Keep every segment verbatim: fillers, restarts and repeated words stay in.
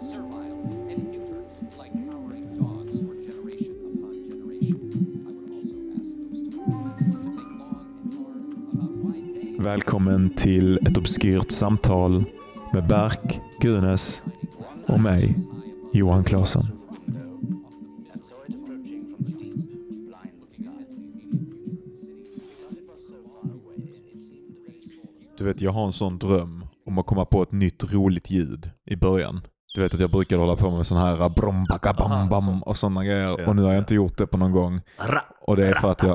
Välkommen till ett obskyrt samtal med Berk Gunes och mig, Johan Claesson. Du vet, jag har en sån dröm om att komma på ett nytt roligt ljud i början. Du vet att jag brukar hålla på med sån här brom, baka, bam, bam och såna grejer. Och nu har jag inte gjort det på någon gång. Och det är för att jag...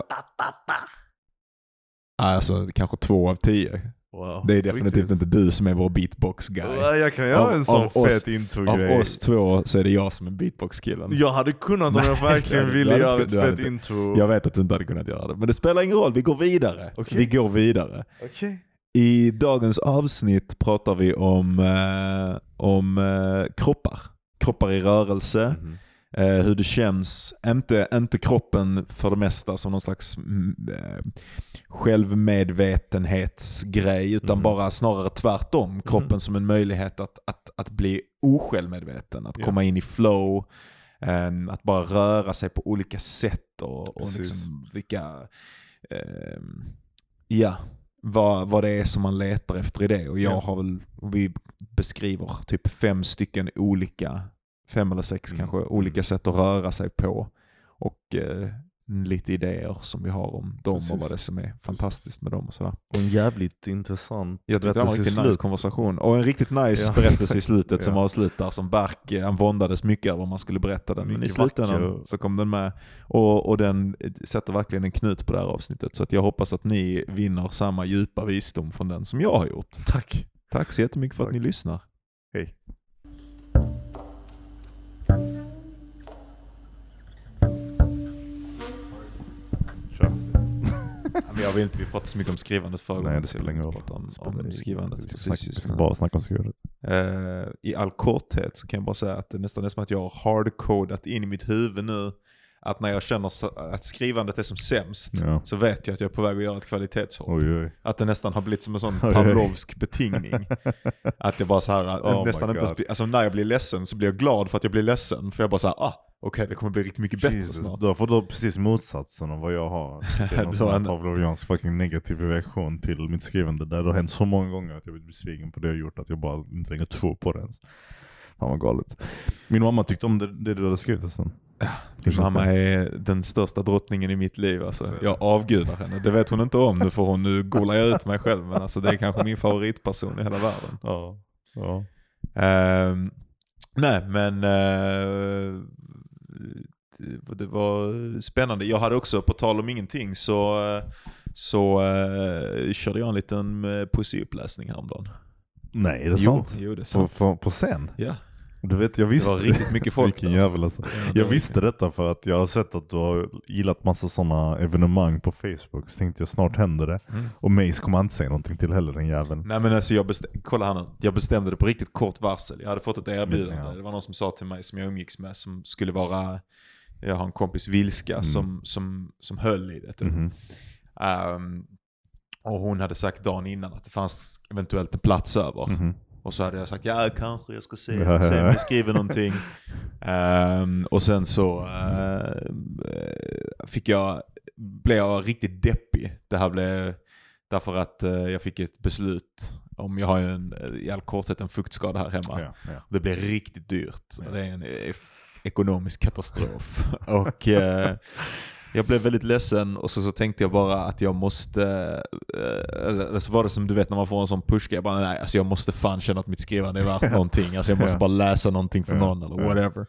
Alltså, kanske två av tio. Wow. Det är definitivt riktigt. Inte du som är vår beatbox-guy. Jag kan göra en sån fet intro-grej. Av oss två så är det jag som är beatbox-killen. Jag hade kunnat om jag verkligen ville göra ett fett intro. Jag vet att du inte hade kunnat göra det. Men det spelar ingen roll, vi går vidare. Okay. Vi går vidare. Okay. I dagens avsnitt pratar vi om, eh, om eh, kroppar. Kroppar i rörelse. Mm-hmm. Eh, hur det känns, inte, inte kroppen för det mesta som någon slags eh, självmedvetenhetsgrej, utan mm. bara snarare tvärtom. Kroppen mm. som en möjlighet att, att, att bli osjälvmedveten, att yeah. komma in i flow, eh, att bara röra sig på olika sätt och, och liksom vilka eh, ja, vad, vad det är som man letar efter i det. Och jag yeah. har väl, vi beskriver typ fem stycken olika fem eller sex mm. kanske olika sätt att röra sig på och eh, lite idéer som vi har om dem. Precis. Och vad det som är fantastiskt med dem och sådär. Och en jävligt intressant jag tyckte det var en riktigt nice konversation och en riktigt nice ja. berättelse i slutet som ja. avslutar som Berk, han våndades mycket över vad man skulle berätta den, men i slutändan så kom den med och, och den sätter verkligen en knut på det här avsnittet, så att jag hoppas att ni vinner samma djupa visdom från den som jag har gjort. Tack. Tack så jättemycket för Tack. att ni lyssnar. Hej. Men jag vill inte, vi pratar så mycket om skrivandet förra gången. Nej, det spelar ingen roll. Om, om skrivandet. Vi ska, snack, ska bara snacka om skrivandet. Uh, I all korthet så kan jag bara säga att det nästan är som att jag har hardcodat in i mitt huvud nu att när jag känner att skrivandet är som sämst ja. så vet jag att jag är på väg att göra ett kvalitetshopp. Oj, oj. Att det nästan har blivit som en sån pavlovsk betingning. Att jag bara så här, oh nästan inte, alltså när jag blir ledsen så blir jag glad för att jag blir ledsen. För jag bara så här, ah, okej, okay, det kommer bli riktigt mycket bättre Jesus, snart. Du har fått då precis motsatsen av vad jag har. Det är någon sån här pavloviansk fucking negativ reaktion till mitt skrivande. Där det har hänt så många gånger att jag blivit besviken på det jag gjort att jag bara inte längre tror på det ens. Fan vad galet. Min mamma tyckte om det, det du hade skrivit nästan. Ja, din mamma är den största drottningen i mitt liv. Alltså. Jag avgudar henne. Det vet hon inte om. Nu får hon, nu golar jag ut mig själv. Men alltså, det är kanske min favoritperson i hela världen. Ja. Ja. Uh, nej, men uh, det var spännande. Jag hade också, på tal om ingenting, så, så uh, körde jag en liten poesiuppläsning häromdagen. Nej, är det jo, sant? Jo, det är sant. På, på, på scen? Ja. Du vet, jag visste, det var riktigt mycket folk. Vilken jävel alltså. Ja, jag visste detta för att jag har sett att du har gillat massa sådana evenemang på Facebook. Så tänkte jag, snart händer det. Mm. Och Mace kommer inte säga någonting till heller, den jäveln. Nej, men alltså jag, bestäm- Kolla här nu. Jag bestämde det på riktigt kort varsel. Jag hade fått ett erbjudande. Mm, ja. Det var någon som sa till mig, som jag umgicks med, som skulle vara, jag har en kompis Vilska mm. som, som, som höll i det. Typ. Mm. Um, och hon hade sagt dagen innan att det fanns eventuellt en plats över. Mm. Och så hade jag sagt, ja kanske jag ska se, jag ska se om jag skriver någonting. um, och sen så uh, fick jag, blev jag riktigt deppig. Det här blev därför att uh, jag fick ett beslut om, jag har ju en, i all korthet en fuktskada här hemma. Ja, ja. Det blev riktigt dyrt. Ja. Det är en e- ekonomisk katastrof. och... Uh, Jag blev väldigt ledsen och så, så tänkte jag bara att jag måste, eller så var det som du vet när man får en sån push, jag bara nej, alltså jag måste fan känna att mitt skrivande är värt någonting, alltså jag måste ja. bara läsa någonting för ja. någon eller whatever.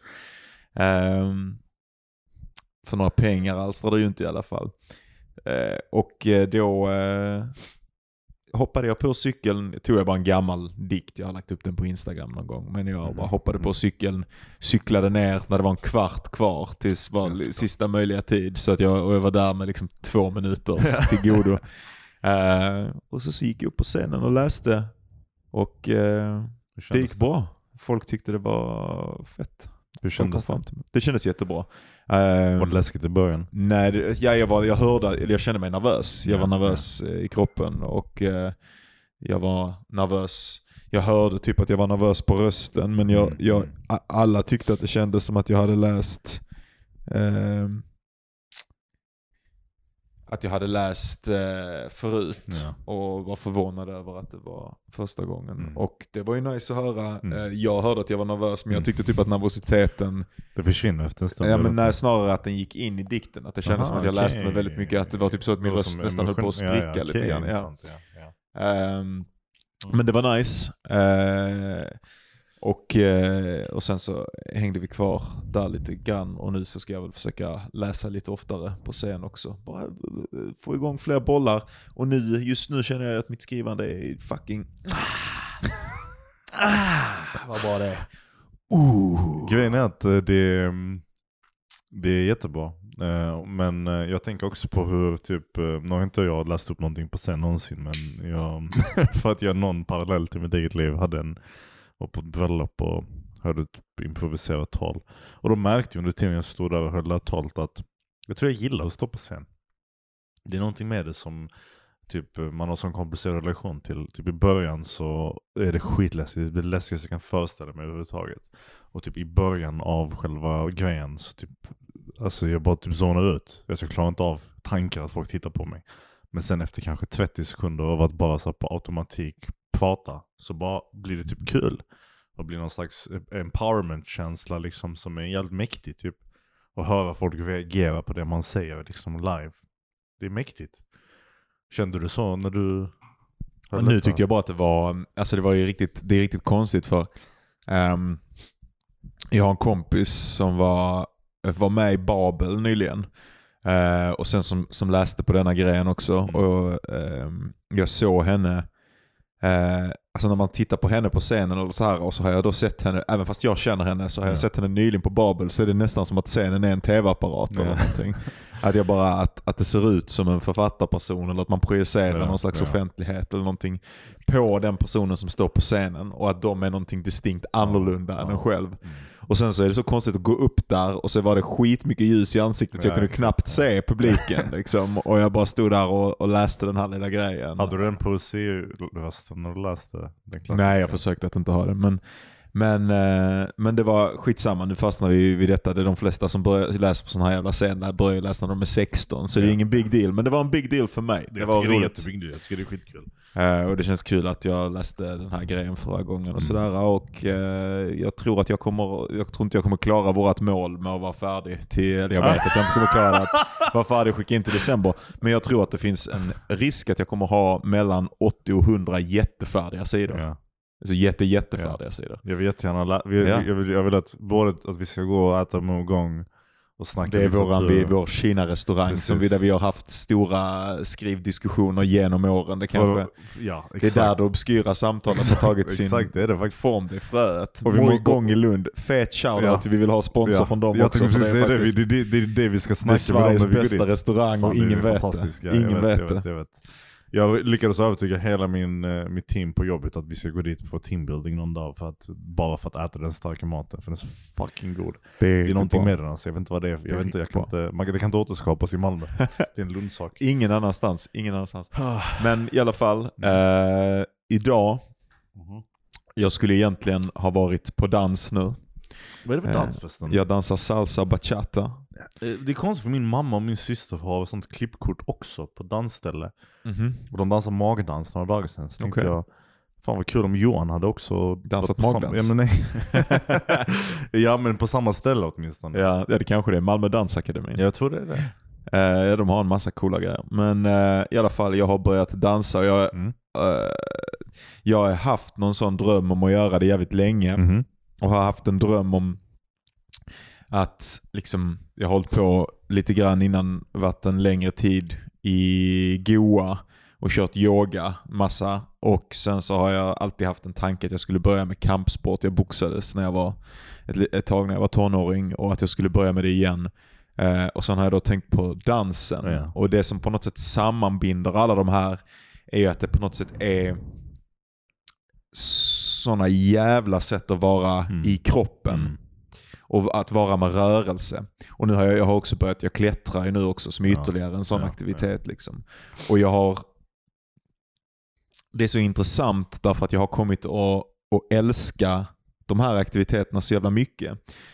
Um, för några pengar alls, det ju inte i alla fall. Uh, och då uh, hoppade jag på cykeln, tog jag bara en gammal dikt, jag har lagt upp den på Instagram någon gång, men jag bara hoppade på cykeln, cyklade ner när det var en kvart kvar tills var sista möjliga tid, så att jag, och jag var där med liksom två minuter till godo. uh, och så, så gick jag upp på scenen och läste och uh, det gick bra. Folk tyckte det var fett. Hur kändes det? Det kändes jättebra. Uh, var det läskigt i början? Nej, det, ja, jag, var, jag hörde, eller jag kände mig nervös. Jag ja, var nervös ja. i kroppen och uh, jag var nervös. jag hörde typ att jag var nervös på rösten, men jag, jag, alla tyckte att det kändes som att jag hade läst eh, att jag hade läst eh, förut ja. och var förvånad över att det var första gången. Mm. Och det var ju nice att höra. Mm. Eh, jag hörde att jag var nervös, men jag tyckte typ att nervositeten... Det försvinner efter en stund. Ja, men nej, snarare att den gick in i dikten. Att det kändes Aha, som att jag okay. läste mig väldigt mycket. Att det var typ så att min röst nästan höll på att spricka ja, ja, lite okay, grann. Ja. Ja, ja. Um, men det var nice. Uh, och, uh, och sen så hängde vi kvar där lite grann. Och nu så ska jag väl försöka läsa lite oftare på scen också. Bara få igång fler bollar. Och nu, just nu känner jag att mitt skrivande är fucking... ah, vad bra det är. Uh. Grejen är att det, det är jättebra. Men jag tänker också på hur typ, nu har inte jag läst upp någonting på scen någonsin, men jag, för att jag någon parallell till mitt eget liv hade en, var på ett bröllop och hörde ett improviserat tal. Och då märkte jag under tiden jag stod där och höll det talet att jag tror jag gillar att stå på scen. Det är någonting med det som typ man har sån komplicerad relation till. Typ i början så är det skitläskigt. Det är läskigt jag kan föreställa mig överhuvudtaget. Och typ i början av själva grejen så typ, alltså jag bara typ zonar ut. Jag så klarar inte av tankar att folk tittar på mig. Men sen efter kanske trettio sekunder av att bara så på automatik prata, så bara blir det typ kul. Och blir någon slags empowerment-känsla liksom som är jävligt mäktig typ. Och höra folk reagera på det man säger liksom live. Det är mäktigt. Kände du så när du... Nu tyckte jag bara att det var... Alltså det var ju riktigt... Det är riktigt konstigt för... Um, jag har en kompis som var, var med i Babel nyligen. Uh, och sen som, som läste på denna grejen också. Mm. Och um, jag såg henne... Uh, alltså när man tittar på henne på scenen eller så här, och så har jag då sett henne, även fast jag känner henne så har jag ja. sett henne nyligen på Babel, så är det nästan som att scenen är en tv-apparat ja. eller någonting. Att jag bara, att, att det ser ut som en författarperson, eller att man projicerar ja. någon slags ja. offentlighet eller någonting på den personen som står på scenen, och att de är någonting distinkt annorlunda ja. än en själv. Mm. Och sen så är det så konstigt att gå upp där och så var det skitmycket ljus i ansiktet så jag ja, kunde exakt. knappt se publiken liksom. Och jag bara stod där och, och läste den här lilla grejen. Hade du en poesirösten när du läste den klassiska? Nej, jag försökte att inte ha det, men Men, eh, men det var skitsamma, nu fastnar vi vid detta. Det är de flesta som börjar läsa på sån här jävla scener börjar läsa när de är sexton, så ja. det är ingen big deal. Men det var en big deal för mig. Det jag var tycker det är jättebig deal, jag tycker det är skitkul. eh, Och det känns kul att jag läste den här grejen förra gången och mm. sådär. Och eh, jag tror att jag kommer Jag tror inte jag kommer klara vårat mål med att vara färdig till, jag vet att jag inte kommer klara att vara färdig och skicka in till december. Men jag tror att det finns en risk att jag kommer ha mellan åttio och hundra jättefärdiga sidor. Ja. Så jätte, jättefärdiga ja. sidor. Jag vill jättegärna lä- vi, ja. jag, vill, jag vill att både att vi ska gå och äta med gång och snacka. Det är våran, vi, vår Kina-restaurang som vi, där vi har haft stora skrivdiskussioner genom åren. Det, kanske, ja, det är där det obskyra samtalet har tagit sin exakt, det är det form. Det är fröet. Och vi må igång i Lund. Fet shoutout ja. vi vill ha sponsor ja. från dem jag också. För det, är det, faktiskt, det, det, det är det vi ska snacka om. Det är Sveriges bästa restaurang och ingen vet det. Ingen vet det. Jag lyckades övertyga hela min, uh, mitt team på jobbet att vi ska gå dit på teambuilding någon dag för att, bara för att äta den starka maten, för den är så fucking god. Det är, det är någonting bra. med den, alltså. Jag vet inte vad det är. Jag det vet inte, jag kan inte, man, det kan inte återskapas i Malmö. Det är en Lundsak. Ingen annanstans, ingen annanstans. Men i alla fall, uh, idag, mm-hmm. jag skulle egentligen ha varit på dans nu. Vad är det för dans förresten? Jag dansar salsa bachata. Det är konstigt för min mamma och min syster har sånt klippkort också på dansställe. Mm-hmm. Och de dansar magdans några dagar sedan. Så okay. jag, fan vad kul om Johan hade också dansat magdans. Sam- ja, men nej. ja men på samma ställe åtminstone. Ja, det kanske det är. Malmö Dansakademin. Jag tror det är det. Uh, de har en massa coola grejer. Men uh, i alla fall, jag har börjat dansa. Och jag, mm. uh, jag har haft någon sån dröm om att göra det jävligt länge. Mm-hmm. Och har haft en dröm om att liksom, jag har hållit på lite grann innan, varit en längre tid i Goa och kört yoga massa. Och sen så har jag alltid haft en tanke att jag skulle börja med kampsport. Jag boxades när jag var ett, ett tag när jag var tonåring, och att jag skulle börja med det igen. Eh, och sen har jag då tänkt på dansen. Ja. Och det som på något sätt sammanbinder alla de här är ju att det på något sätt är såna jävla sätt att vara mm. i kroppen. Mm. Och att vara med rörelse. Och nu har jag, jag har också börjat, jag klättrar ju nu också som ytterligare en sån ja, aktivitet. Ja. Liksom. Och jag har det är så intressant därför att jag har kommit att, att älska de här aktiviteterna så jävla mycket.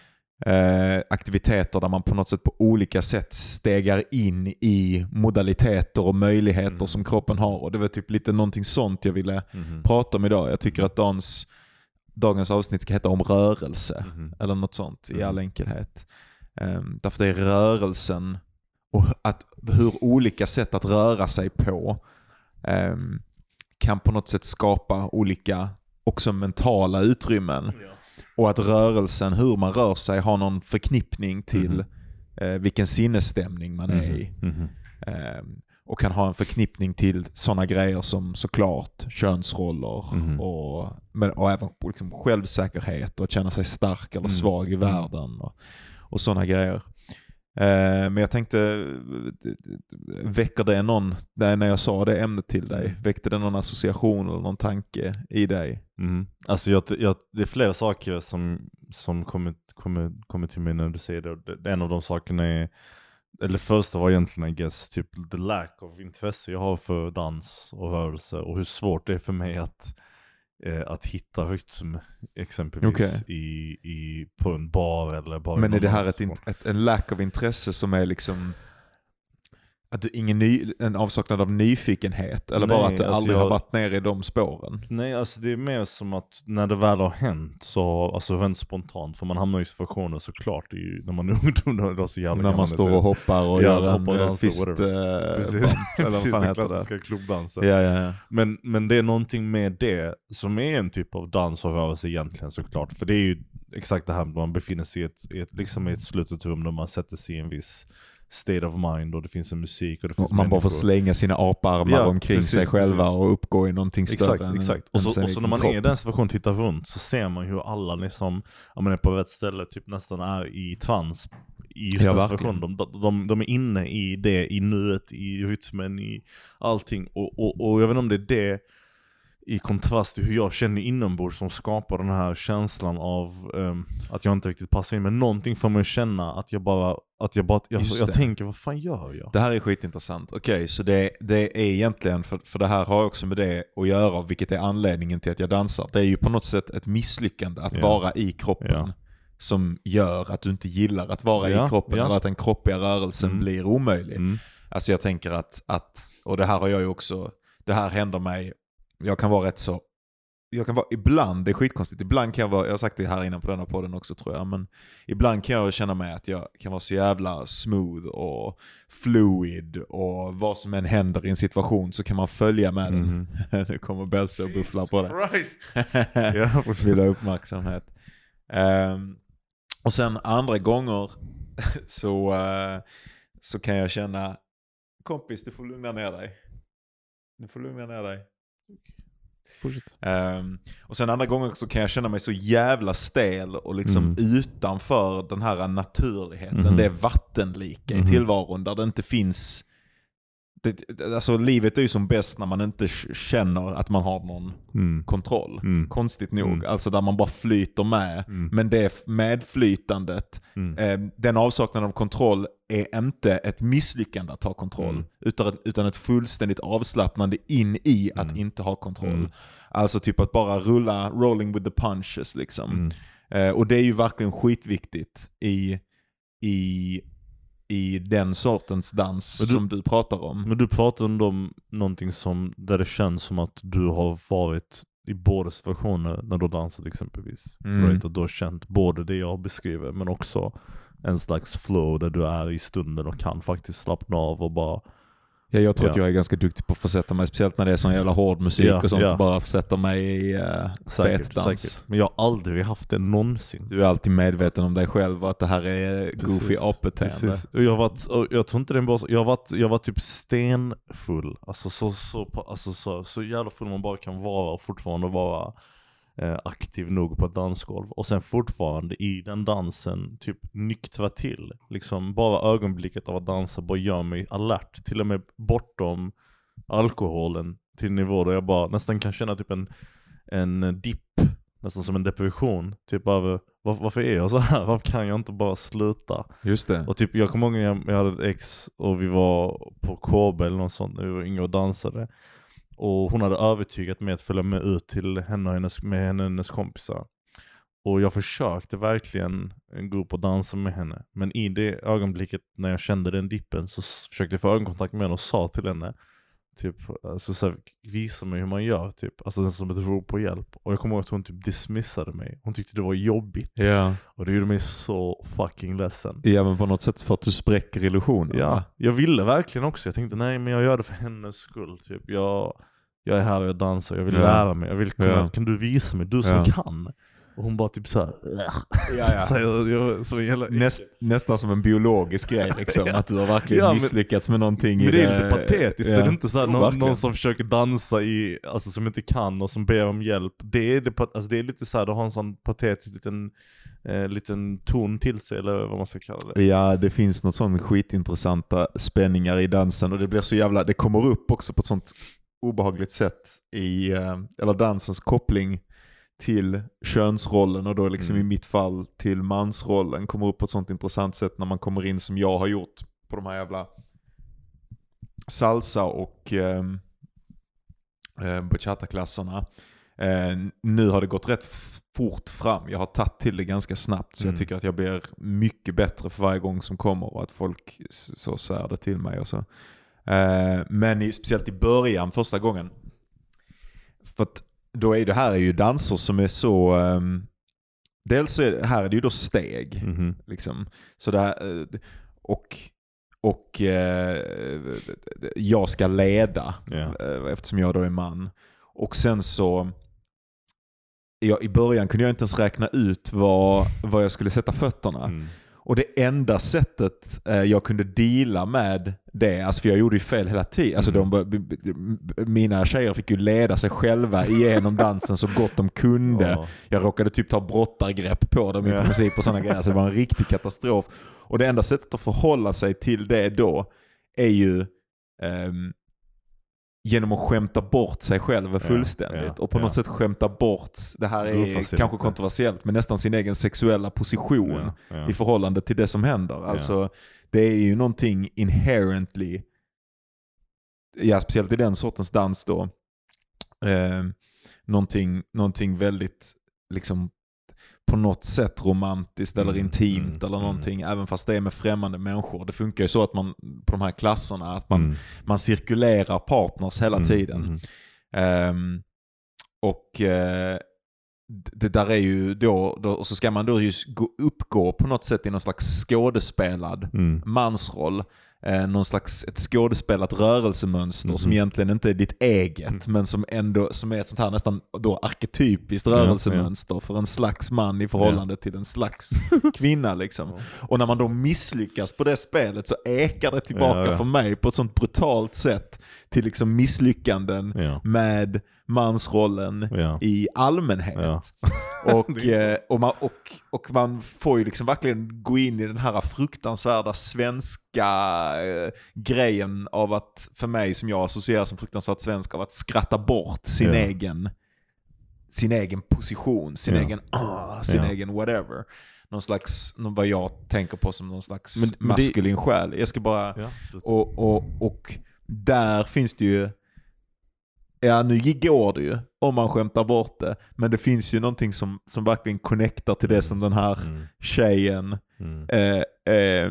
Eh, aktiviteter där man på något sätt på olika sätt stegar in i modaliteter och möjligheter mm. som kroppen har. Och det var typ lite någonting sånt jag ville mm. prata om idag. Jag tycker att dans, dagens avsnitt ska heta om rörelse mm. eller något sånt mm. i all enkelhet. Eh, därför det är rörelsen och att, hur olika sätt att röra sig på eh, kan på något sätt skapa olika också mentala utrymmen. Ja. Och att rörelsen, hur man rör sig, har någon förknippning till mm. eh, vilken sinnesstämning man är i. Mm. Eh, och kan ha en förknippning till sådana grejer som såklart könsroller mm. och, men, och även liksom självsäkerhet och att känna sig stark eller mm. svag i världen och, och sådana grejer. Eh, men jag tänkte, väcker det någon, när jag sa det ämnet till dig, väckte det någon association eller någon tanke i dig? Mm. Alltså jag, jag, det är flera saker som, som kommer, kommer, kommer till mig när du säger det. det. En av de sakerna är, eller första var egentligen I guess, typ the lack of intresse jag har för dans och rörelse och hur svårt det är för mig att att hitta rytm exempelvis okay. i, i, på en bar eller bara. Men är det här ett, ett, en lack of intresse som är liksom att du ingen ny, en avsaknad av nyfikenhet eller nej, bara att du alltså aldrig jag, har varit nere i de spåren? Nej, alltså det är mer som att när det väl har hänt så alltså rent spontant, för man hamnar i situationer såklart i, när man är ungdom då så jävla när man står och hoppar och ja, gör hoppar en fist äh, precis, eller vad fan heter klassiska klubbdansen. Ja, ja, ja. Men, men det är någonting med det som är en typ av dans och rörelse egentligen såklart, för det är ju exakt det här man befinner sig i ett, i ett, liksom i ett slutet rum där man sätter sig i en viss state of mind och det finns en musik och det finns man människor. Bara får slänga sina aparmar ja, omkring precis, sig själva precis. Och uppgå i någonting exakt, större än, exakt. Och, så, och så när man kropp. Är i den situationen tittar runt så ser man hur alla liksom, om man är på rätt ställe typ nästan är i trans i just ja, den situationen. De, de, de är inne i det, i nuet, i rytmen, i allting och, och, och jag vet inte om det är det i kontrast till hur jag känner inombords som skapar den här känslan av um, att jag inte riktigt passar in. Men någonting för mig att känna att jag bara, att jag bara, jag, jag tänker, vad fan gör jag? Det här är skitintressant. Okej, okay, så det, det är egentligen, för, för det här har också med det att göra, vilket är anledningen till att jag dansar. Det är ju på något sätt ett misslyckande att yeah. vara i kroppen. Yeah. Som gör att du inte gillar att vara yeah. i kroppen yeah. eller att den kroppiga rörelsen mm. blir omöjlig. Mm. Alltså jag tänker att, att, och det här har jag ju också, det här händer mig. Jag kan vara rätt så, jag kan vara, ibland, det är skitkonstigt, ibland kan jag vara, jag har sagt det här innan på denna podden också tror jag, men ibland kan jag känna mig att jag kan vara så jävla smooth och fluid och vad som än händer i en situation så kan man följa med mm. den. Det kommer Belse och buffla på det. Jag vill ha uppmärksamhet. Um, och sen andra gånger så, uh, så kan jag känna, kompis, du får lugna ner dig. Du får lugna ner dig. Um, och sen andra gånger så kan jag känna mig så jävla stel och liksom mm. utanför den här naturligheten, mm. det är vattenlika mm. i tillvaron där det inte finns det, alltså livet är ju som bäst när man inte känner att man har någon mm. kontroll, mm. konstigt nog, mm. alltså där man bara flyter med, mm. men det medflytandet mm. eh, den avsaknaden av kontroll är inte ett misslyckande att ha kontroll mm. utan, utan ett fullständigt avslappnande in i att mm. inte ha kontroll, mm. alltså typ att bara rulla, rolling with the punches liksom, mm. eh, och det är ju verkligen skitviktigt i i i den sortens dans du, som du pratar om. Men du pratar om någonting som där det känns som att du har varit i båda situationer när du dansat exempelvis. Mm. Right? Att du har känt både det jag beskriver men också en slags flow där du är i stunden och kan faktiskt slappna av och bara... Ja, jag tror ja. att jag är ganska duktig på att försätta mig, speciellt när det är sån jävla hård musik ja, och sånt, ja. bara försätta mig i uh, fet dans. Säkert. Men jag har aldrig haft det någonsin. Du är alltid medveten om dig själv och att det här är goofy apbeteende. Jag har varit, och jag tror inte det är bara så, jag har varit, jag var typ stenfull. Alltså så, så, alltså så, så jävla full man bara kan vara och fortfarande vara eh, aktiv nog på ett dansgolv. Och sen fortfarande i den dansen typ nyktra till. Liksom bara ögonblicket av att dansa bara gör mig alert. Till och med bortom alkoholen till nivå där jag bara nästan kan känna typ en, en dipp. Nästan som en depression. Typ av var, varför är jag så här? Varför kan jag inte bara sluta? Just det. Och typ jag kommer ihåg jag, jag hade ett ex och vi var på K B eller något sånt när vi var yngre och dansade. Och hon hade övertygat mig att följa med ut till henne och hennes, med henne och hennes kompisar. Och jag försökte verkligen gå upp och dansa med henne. Men i det ögonblicket när jag kände den dippen så försökte jag få ögonkontakt med henne och sa till henne typ, alltså så här, visa mig hur man gör typ, alltså som ett rop på hjälp. Och jag kommer ihåg att hon typ dismissade mig. Hon tyckte det var jobbigt. Ja. Och det gjorde mig så fucking ledsen. Ja, men på något sätt för att du spräcker illusionen. Ja, jag ville verkligen också. Jag tänkte nej, men jag gör det för hennes skull typ. Jag, jag är här och jag dansar, jag vill ja. lära mig. Jag vill kunna, ja. Kan du visa mig, du som ja. kan? Och hon bara typ såhär ja, ja. så jag, jag, så hela... Näst, nästan som en biologisk grej liksom, ja. Att du har verkligen ja, men, misslyckats med någonting. Men i det är det... lite patetiskt, ja. Det är inte såhär någon, någon som försöker dansa i, alltså som inte kan och som ber om hjälp. Det är, det, alltså, det är lite såhär, du har en sån patetisk liten, eh, liten ton till sig, eller vad man ska kalla det. Ja, det finns något sånt skitintressanta spänningar i dansen, och det blir så jävla, det kommer upp också på ett sånt obehagligt sätt i, eh, eller dansens koppling till könsrollen, och då liksom mm. i mitt fall till mansrollen, kommer upp på ett sånt intressant sätt när man kommer in som jag har gjort på de här jävla salsa och eh, bachata-klasserna. Eh, nu har det gått rätt fort fram. Jag har tagit till det ganska snabbt, så mm. jag tycker att jag blir mycket bättre för varje gång som kommer, och att folk så säger det till mig och så. Eh, men i, speciellt i början, första gången, för att då är det här är ju danser som är så um, dels så är det, här är det ju då steg mm-hmm. liksom, så där, och och uh, jag ska leda yeah. eftersom jag då är man, och sen så jag, i början kunde jag inte ens räkna ut vad, vad jag skulle sätta fötterna. Mm. Och det enda sättet eh, jag kunde deala med det, alltså för jag gjorde ju fel hela tiden. Alltså mm. de, mina tjejer fick ju leda sig själva igenom dansen så gott de kunde. Oh. Jag råkade typ ta brottargrepp på dem i yeah. princip och sådana grejer. Så det var en riktig katastrof. Och det enda sättet att förhålla sig till det då är ju um, genom att skämta bort sig själv fullständigt. Ja, ja, och på ja. något sätt skämta bort, det här är kanske kontroversiellt, men nästan sin egen sexuella position ja, ja. i förhållande till det som händer. Alltså ja. det är ju någonting inherently, ja, speciellt i den sortens dans då, eh, någonting, någonting väldigt liksom på något sätt romantiskt eller mm, intimt mm, eller någonting, mm. även fast det är med främmande människor. Det funkar ju så att man på de här klasserna att man, mm. man cirkulerar partners hela mm, tiden. Mm. Um, och uh, det där är ju då, då, och så ska man då just gå, uppgå på något sätt i någon slags skådespelad mm. mansroll. Eh, någon slags ett skådespelat rörelsemönster mm. som egentligen inte är ditt eget mm. men som ändå som är ett sånt här nästan då arketypiskt rörelsemönster ja, ja. för en slags man i förhållande ja. till en slags kvinna liksom. Ja. Och när man då misslyckas på det spelet så ekar det tillbaka ja, ja. för mig på ett sånt brutalt sätt till liksom misslyckanden ja. med mansrollen ja. i allmänhet. Ja. Och, eh, och, man, och, och man får ju liksom verkligen gå in i den här fruktansvärda svenska eh, grejen av att, för mig som jag associerar som fruktansvärt svensk, av att skratta bort sin ja. egen sin egen position, sin ja. egen uh, sin ja. egen whatever. Någon slags, någon, vad jag tänker på som någon slags men, men maskulin det... själ. Jag ska bara ja, och, och, och där finns det ju, ja, nu går det ju om man skämtar bort det, men det finns ju någonting som, som verkligen connectar till det som den här mm. tjejen mm. Eh, eh,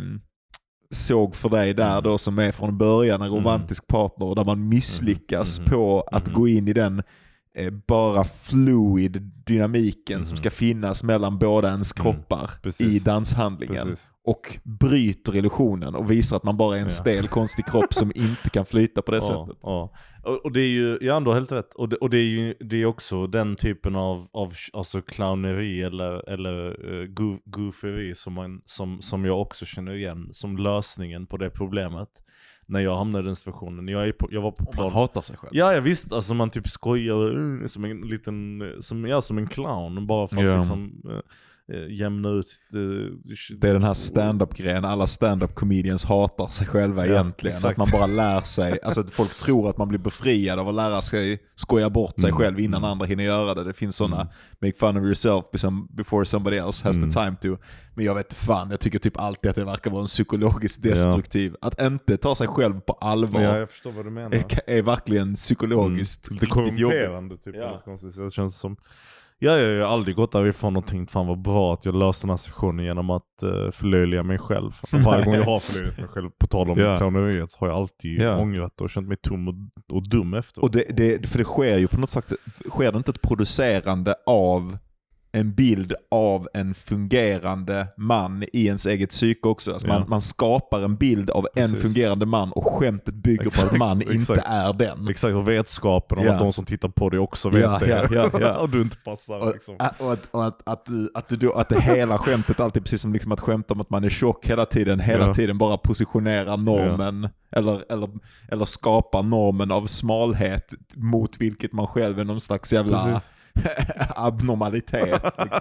såg för dig där då, som är från början en romantisk partner, där man misslyckas mm. på att mm. gå in i den eh, bara fluid dynamiken mm. som ska finnas mellan båda ens kroppar mm. i danshandlingen. Precis. Och bryter illusionen och visar att man bara är en stel, ja. konstig kropp som inte kan flyta på det ja, sättet. Ja. Och, och det är ju, ja, ändå helt rätt. Och det, och det är ju det är också den typen av, av alltså clowneri eller, eller uh, goof, gooferi som, man, som, som jag också känner igen som lösningen på det problemet. När jag hamnade i den situationen. Jag, är på, jag var på plan. Man hatar sig själv. Ja, jag visst. Alltså man typ skojar uh, som en liten, som, ja, som en clown. Bara för att yeah. liksom... Uh, äh, jämna ut. Äh, det är den här stand-up-grejen. Alla stand-up comedians hatar sig själva ja, egentligen. Exakt. Att man bara lär sig. Alltså att folk tror att man blir befriad av att lära sig skoja bort sig mm. själv innan mm. andra hinner göra det. Det finns sådana mm. make fun of yourself before somebody else has mm. the time to. Men jag vet fan, jag tycker typ alltid att det verkar vara en psykologiskt destruktiv. Ja. Att inte ta sig själv på allvar. Ja, jag förstår vad du menar. Är, är verkligen psykologiskt mm. lite korrumperande typ. Ja. Konstigt. Det känns som... Ja, jag har aldrig gått därifrån och tänkt fan vad bra att jag löste den här situationen genom att uh, förlöjliga mig själv. Varje gång jag har förlöjligat mig själv på tal om yeah. clowneriet så har jag alltid yeah. ångrat och känt mig tom och, och dum efter. Och det, det, för det sker ju på något sätt, sker det inte ett producerande av en bild av en fungerande man i ens eget psyke också. Alltså ja. man, man skapar en bild av Precis. en fungerande man och skämtet bygger exakt, på att man exakt. inte är den. Exakt, och vetskapen om ja. att de som tittar på det också vet ja, det. Ja, ja, ja. och du inte passar. Och, liksom. och, att, och att, att, att, du, att det hela skämtet alltid precis som liksom att skämta om att man är tjock hela tiden, hela ja. tiden bara positionerar normen ja. eller, eller, eller skapar normen av smalhet mot vilket man själv är någon slags jävla... Precis. abnormalitet liksom.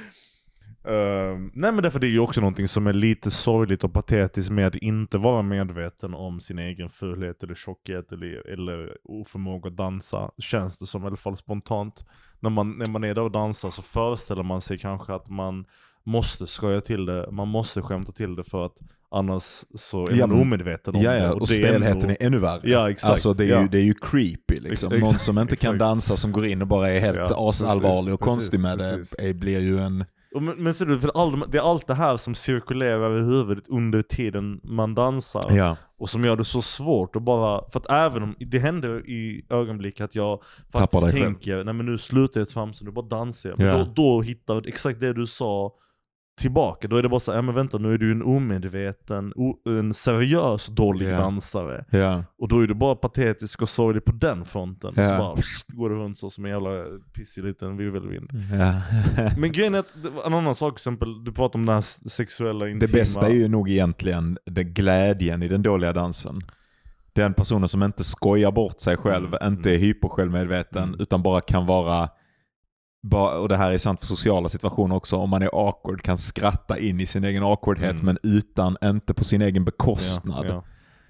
uh, nej men därför det är ju också någonting som är lite sorgligt och patetiskt med att inte vara medveten om sin egen fulhet eller tjockhet eller, eller oförmåga att dansa, känns det som i alla fall spontant. När man, när man är där och dansar så föreställer man sig kanske att man måste skoja till det, man måste skämta till det för att annars så är man ja, omedveten om ja, ja. det. Och, och stelheten är ännu värre. Ja, exakt. Alltså det är, ja. ju, det är ju creepy liksom. Ex- Någon som inte exakt. kan dansa som går in och bara är helt ja, asallvarlig och precis, konstig med precis. det blir ju en... Men, men ser du, för all, det är allt det här som cirkulerar i huvudet under tiden man dansar. Ja. Och som gör det så svårt att bara... För att även om det händer i ögonblick att jag faktiskt tänker nej men nu slutar jag fram så nu bara dansar jag. Men ja. då, då hittar jag exakt det du sa tillbaka. Då är det bara så här, ja men vänta, nu är du en omedveten, o, en seriös dålig yeah. dansare. Yeah. Och då är du bara patetisk och sorglig på den fronten. Yeah. Så bara pff, går det runt så som en jävla pissig liten virvelvind. Yeah. Men grejen är att, en annan sak exempel, du pratar om den här sexuella intima. Det bästa är ju nog egentligen den glädjen i den dåliga dansen. Den personen som inte skojar bort sig själv, mm. inte är hypersjälvmedveten, mm. utan bara kan vara... Och det här är sant för sociala situationer också. Om man är awkward kan skratta in i sin egen awkwardhet mm. men utan, inte på sin egen bekostnad. Ja, ja.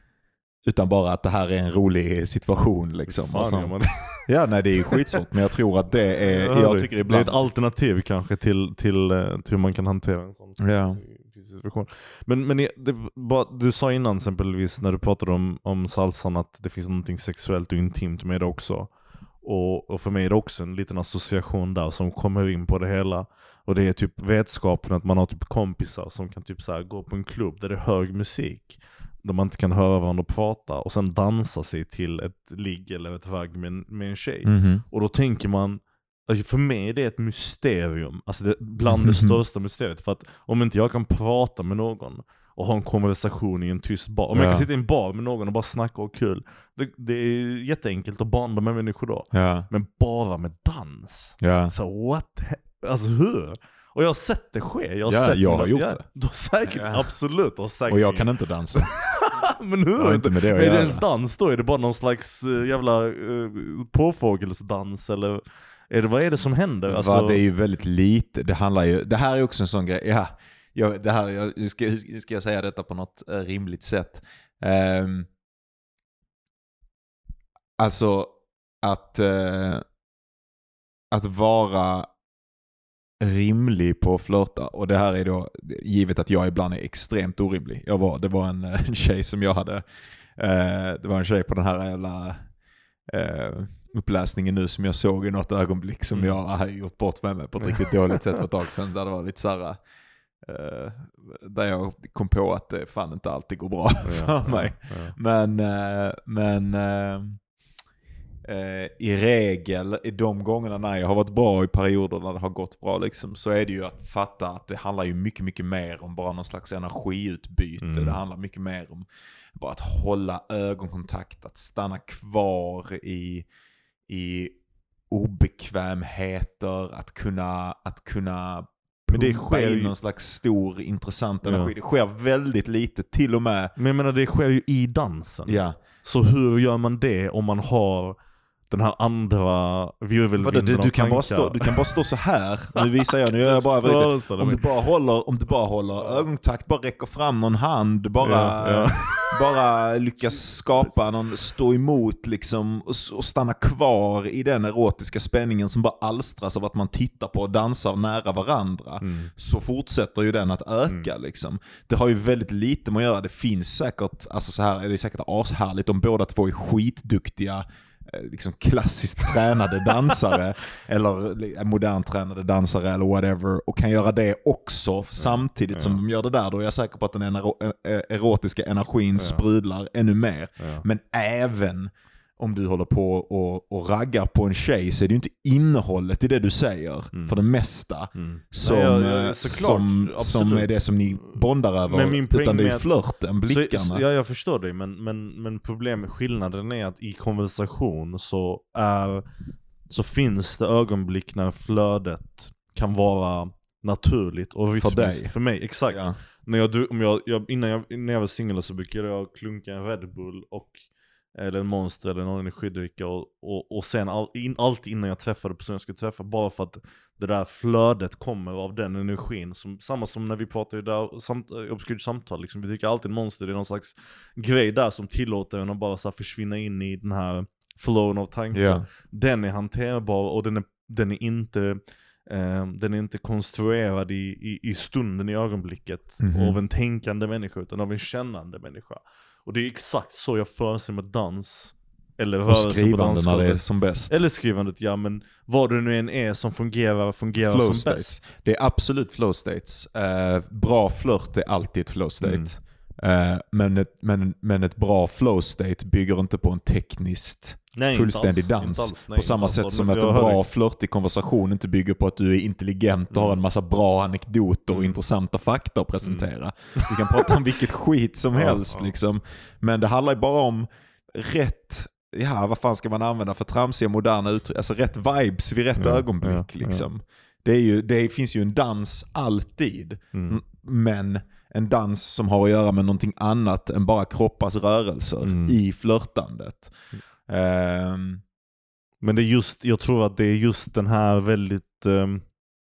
Utan bara att det här är en rolig situation liksom. Fan, alltså, man... Ja, nej det är ju skitsvårt. Men jag tror att det är ja, jag tycker ibland... Det är ett alternativ kanske till, till, till hur man kan hantera en sån ja. situation. Men, men det, bara, du sa innan exempelvis när du pratade om, om salsan att det finns någonting sexuellt och intimt med det också. Och, och för mig är det också en liten association där som kommer in på det hela. Och det är typ vetskapen att man har typ kompisar som kan typ så här gå på en klubb där det är hög musik. Där man inte kan höra varandra prata. Och sen dansa sig till ett ligg eller ett vagg med, med en tjej. Mm-hmm. Och då tänker man, för mig är det ett mysterium. Alltså det, bland det största mysteriet. För att om inte jag kan prata med någon och ha en konversation i en tyst bar. Om ja. jag kan sitta i en bar med någon och bara snacka och kul. Det, det är jätteenkelt att banda med människor då. Ja. Men bara med dans. Ja. Så what? Alltså hur? Och jag har sett det ske. Jag har, ja, sett jag har gjort ja, det. Du har säkert, ja. absolut. Har säkert. Och jag kan inte dansa. Men hur? Jag inte med det är det ens dans då? Är det bara någon slags uh, jävla uh, påfågelsdans? Eller är det, vad är det som händer? Alltså... Va, det är ju väldigt lite. Det handlar ju, det här är också en sån grej. Ja. Jag, det här, jag, hur, ska, hur ska jag säga detta på något uh, rimligt sätt? Um, alltså att, uh, att vara rimlig på att flirta. Och det här är då givet att jag ibland är extremt orimlig. Jag var, det var en, en tjej som jag hade. Uh, det var en tjej på den här jävla uh, uppläsningen nu som jag såg i något ögonblick som mm. jag hade gjort bort med mig på ett riktigt dåligt sätt för ett tag sedan. Där det var lite så här... Uh, där jag kom på att det fan inte alltid går bra ja, för mig. Ja, ja. Men, uh, men uh, uh, i regel i de gångerna när jag har varit bra i perioder när det har gått bra liksom, så är det ju att fatta att det handlar ju mycket, mycket mer om bara någon slags energiutbyte. Mm. Det handlar mycket mer om bara att hålla ögonkontakt, att stanna kvar i, i obekvämheter, att kunna, att kunna men det sker ju någon slags stor intressant energi. Ja. Det sker väldigt lite till och med. Men jag menar det sker ju i dansen. Ja. Så hur gör man det om man har den här andra virvelvinden du, du, av kan bara tankar. stå, du kan bara stå så här. Nu visar jag, nu gör jag bara riktigt. Om du bara håller, om du bara håller ögonkontakt, bara räcker fram någon hand, bara, ja, ja. bara lyckas skapa någon, stå emot liksom, och, och stanna kvar i den erotiska spänningen som bara alstras av att man tittar på och dansar nära varandra. Mm. Så fortsätter ju den att öka. Mm. Liksom. Det har ju väldigt lite med att göra. Det finns säkert, alltså så här, det är säkert ashärligt om båda två är skitduktiga liksom klassiskt tränade dansare eller modernt tränade dansare eller whatever, och kan göra det också ja, samtidigt ja. som de gör det där. Då är jag säker på att den erotiska energin ja. sprudlar ännu mer. Ja. Men även om du håller på och, och raggar på en tjej så är det ju inte innehållet i det du säger mm. för det mesta mm. som, Nej, ja, ja, som, som är det som ni bondar över, utan det är flörten, blickarna. Så, ja, jag förstår dig, men, men, men problemet, skillnaden är att i konversation så, är, så finns det ögonblick när flödet kan vara naturligt och rytmiskt för, dig. för mig. Exakt. Ja. När jag, om jag, jag, innan jag, när jag var singel så brukade jag klunka en Red Bull och eller en monster eller någon energidricka och, och, och sen all, in, allt innan jag träffade personen jag skulle träffa, bara för att det där flödet kommer av den energin. Som, samma som när vi pratar ju där samt, obskyrt samtal, liksom, vi tycker alltid monster det är någon slags grej där som tillåter en att bara så här, försvinna in i den här flowen av tankar. Yeah. Den är hanterbar och den är, den är inte eh, den är inte konstruerad i, i, i stunden, i ögonblicket mm-hmm. av en tänkande människa, utan av en kännande människa. Och det är exakt så jag föreställer med dans. Eller rörelse på dansgolvet. Det är som bäst. Eller skrivandet, ja, men vad det nu än är som fungerar, fungerar flow som states. bäst. Det är absolut flow states. Uh, bra flört är alltid ett flow state. Mm. Uh, men, ett, men, men ett bra flow state bygger inte på en tekniskt Nej, fullständig alls, dans. Nej, på samma sätt som att en bra flört i konversation inte bygger på att du är intelligent och mm. har en massa bra anekdoter och mm. intressanta fakta att presentera. Mm. Du kan prata om vilket skit som helst. Ja, ja. Liksom. Men det handlar ju bara om rätt, ja, vad fan ska man använda för tramsiga moderna uttryck? Alltså rätt vibes vid rätt ja, ögonblick. Ja, liksom. Ja. Det, är ju, det finns ju en dans alltid. Mm. Men en dans som har att göra med någonting annat än bara kroppars rörelser mm. i flörtandet. Mm. Um, Men det är just, jag tror att det är just den här väldigt um,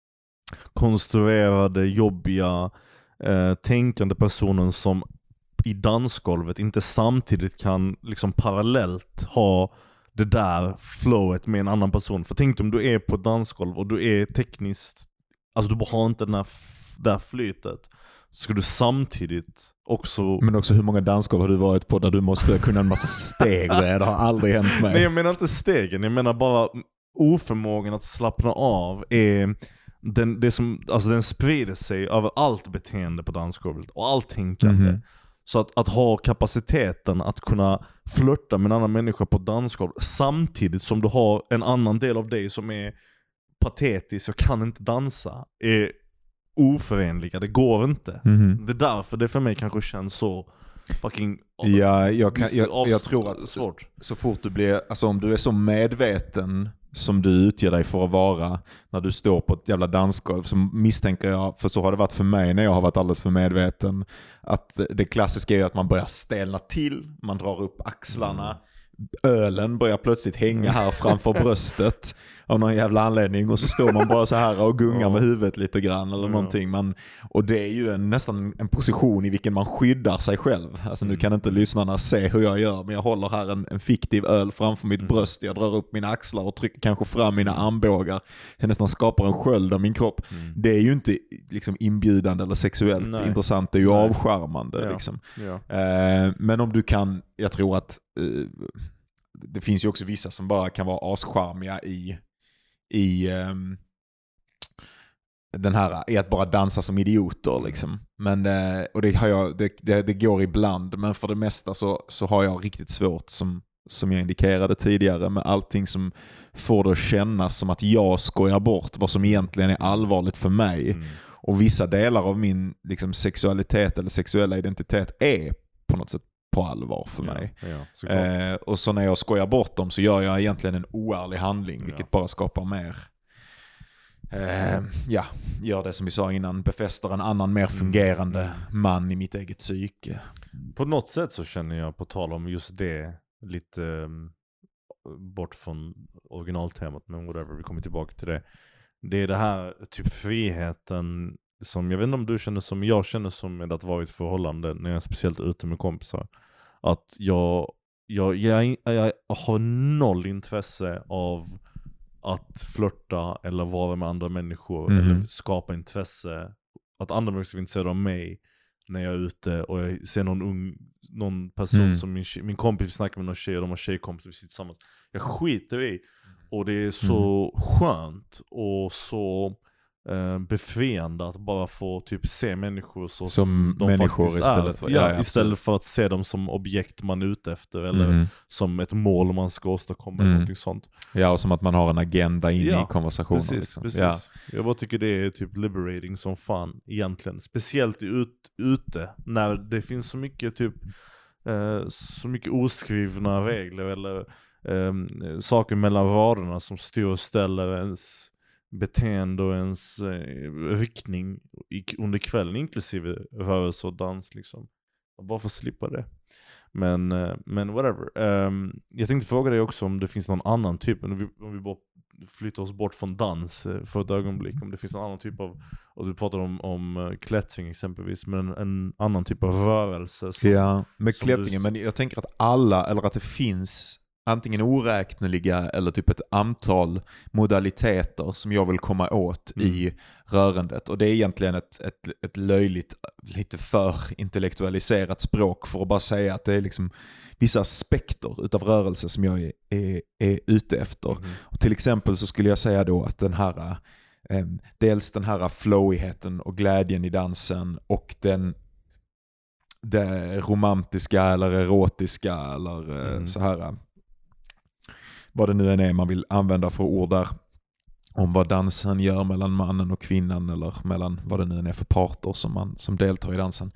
konstruerade, jobbiga, uh, tänkande personen som i dansgolvet inte samtidigt kan liksom parallellt ha det där flowet med en annan person. För tänk om du är på ett dansgolv och du är tekniskt, alltså du bara har inte den här, där flytet. Ska du samtidigt också... Men också hur många dansgolv har du varit på där du måste kunna en massa steg? Det har aldrig hänt mig. Nej, jag menar inte stegen. Jag menar bara oförmågan att slappna av är... Den, det som, alltså den sprider sig över allt beteende på dansgolvet och allt tänkande. Mm-hmm. Så att, att ha kapaciteten att kunna flirta med en annan människa på dansgolv samtidigt som du har en annan del av dig som är patetisk och kan inte dansa är oförenliga. Det går inte. Mm-hmm. Det är därför det för mig kanske känns så fucking... Ja, jag, kan, jag, jag tror att svårt. Så, så fort du blir, alltså om du är så medveten som du utger dig för att vara när du står på ett jävla dansgolv, så misstänker jag, för så har det varit för mig när jag har varit alldeles för medveten, att det klassiska är att man börjar stelna till, man drar upp axlarna, mm. ölen börjar plötsligt hänga här framför bröstet av någon jävla anledning, och så står man bara så här och gungar med huvudet lite grann eller någonting. Man, och det är ju en, nästan en position i vilken man skyddar sig själv. Alltså nu kan inte lyssnarna se hur jag gör, men jag håller här en, en fiktiv öl framför mitt bröst. Jag drar upp mina axlar och trycker kanske fram mina armbågar. Jag nästan skapar en sköld av min kropp. Mm. Det är ju inte liksom inbjudande eller sexuellt Nej. intressant. Det är ju Nej. avskärmande. Ja. Liksom. Ja. Eh, men om du kan, jag tror att eh, det finns ju också vissa som bara kan vara ascharmiga i i um, den här i att bara dansa som idioter liksom. Men uh, och det har jag det, det, det går ibland, men för det mesta så så har jag riktigt svårt, som som jag indikerade tidigare, med allting som får det att kännas som att jag skojar bort vad som egentligen är allvarligt för mig. Mm. Och vissa delar av min liksom sexualitet eller sexuella identitet är på något sätt på allvar för mig. Ja, ja, eh, och så när jag skojar bort dem så gör jag egentligen en oärlig handling, ja. vilket bara skapar mer eh, ja, gör det som vi sa innan, befäster en annan mer fungerande mm. man i mitt eget psyke. På något sätt så känner jag, på tal om just det, lite um, bort från originaltemat, men whatever, vi kommer tillbaka till det. Det är det här typ friheten som, jag vet inte om du känner som jag känner som med att vara i ett förhållande när jag är speciellt ute med kompisar. Att jag, jag, jag, jag har noll intresse av att flirta eller vara med andra människor mm. eller skapa intresse. Att andra människor är intresserade av mig när jag är ute och jag ser någon ung någon person mm. som min, min kompis snackar med någon tjej och de har tjejkompisar vi sitter tillsammans. Jag skiter i. Och det är så mm. skönt och så eh, befriande att bara få typ se människor så som de människor istället för, ja, ja, istället för att se dem som objekt man är ute efter eller mm. som ett mål man ska åstadkomma mm. eller någonting sånt. Ja, och som att man har en agenda in ja, i konversationen. Precis, liksom. precis. Ja. Jag bara tycker det är typ liberating som fan egentligen. Speciellt ut, ute när det finns så mycket typ eh, så mycket oskrivna regler eller Um, saker mellan raderna som styr och ställer ens beteende och ens eh, riktning i, under kvällen, inklusive rörelse och dans liksom. Och bara för att slippa det. Men, uh, men whatever. Um, jag tänkte fråga dig också om det finns någon annan typ, om vi, om vi bara flyttar oss bort från dans uh, för ett ögonblick, om det finns en annan typ av, och du pratar om, om uh, klättring exempelvis, men en, en annan typ av rörelse. Som, ja, med klättringen, du... men jag tänker att alla, eller att det finns antingen oräkneliga eller typ ett antal modaliteter som jag vill komma åt mm. i rörandet. Och det är egentligen ett, ett, ett löjligt, lite för intellektualiserat språk för att bara säga att det är liksom vissa aspekter utav rörelse som jag är, är, är ute efter. Mm. Och till exempel så skulle jag säga då att den här eh, dels den här flowigheten och glädjen i dansen och den det romantiska eller erotiska eller mm. så här vad det nu än är man vill använda för ord där om vad dansen gör mellan mannen och kvinnan eller mellan vad det nu än är för parter som, man, som deltar i dansen.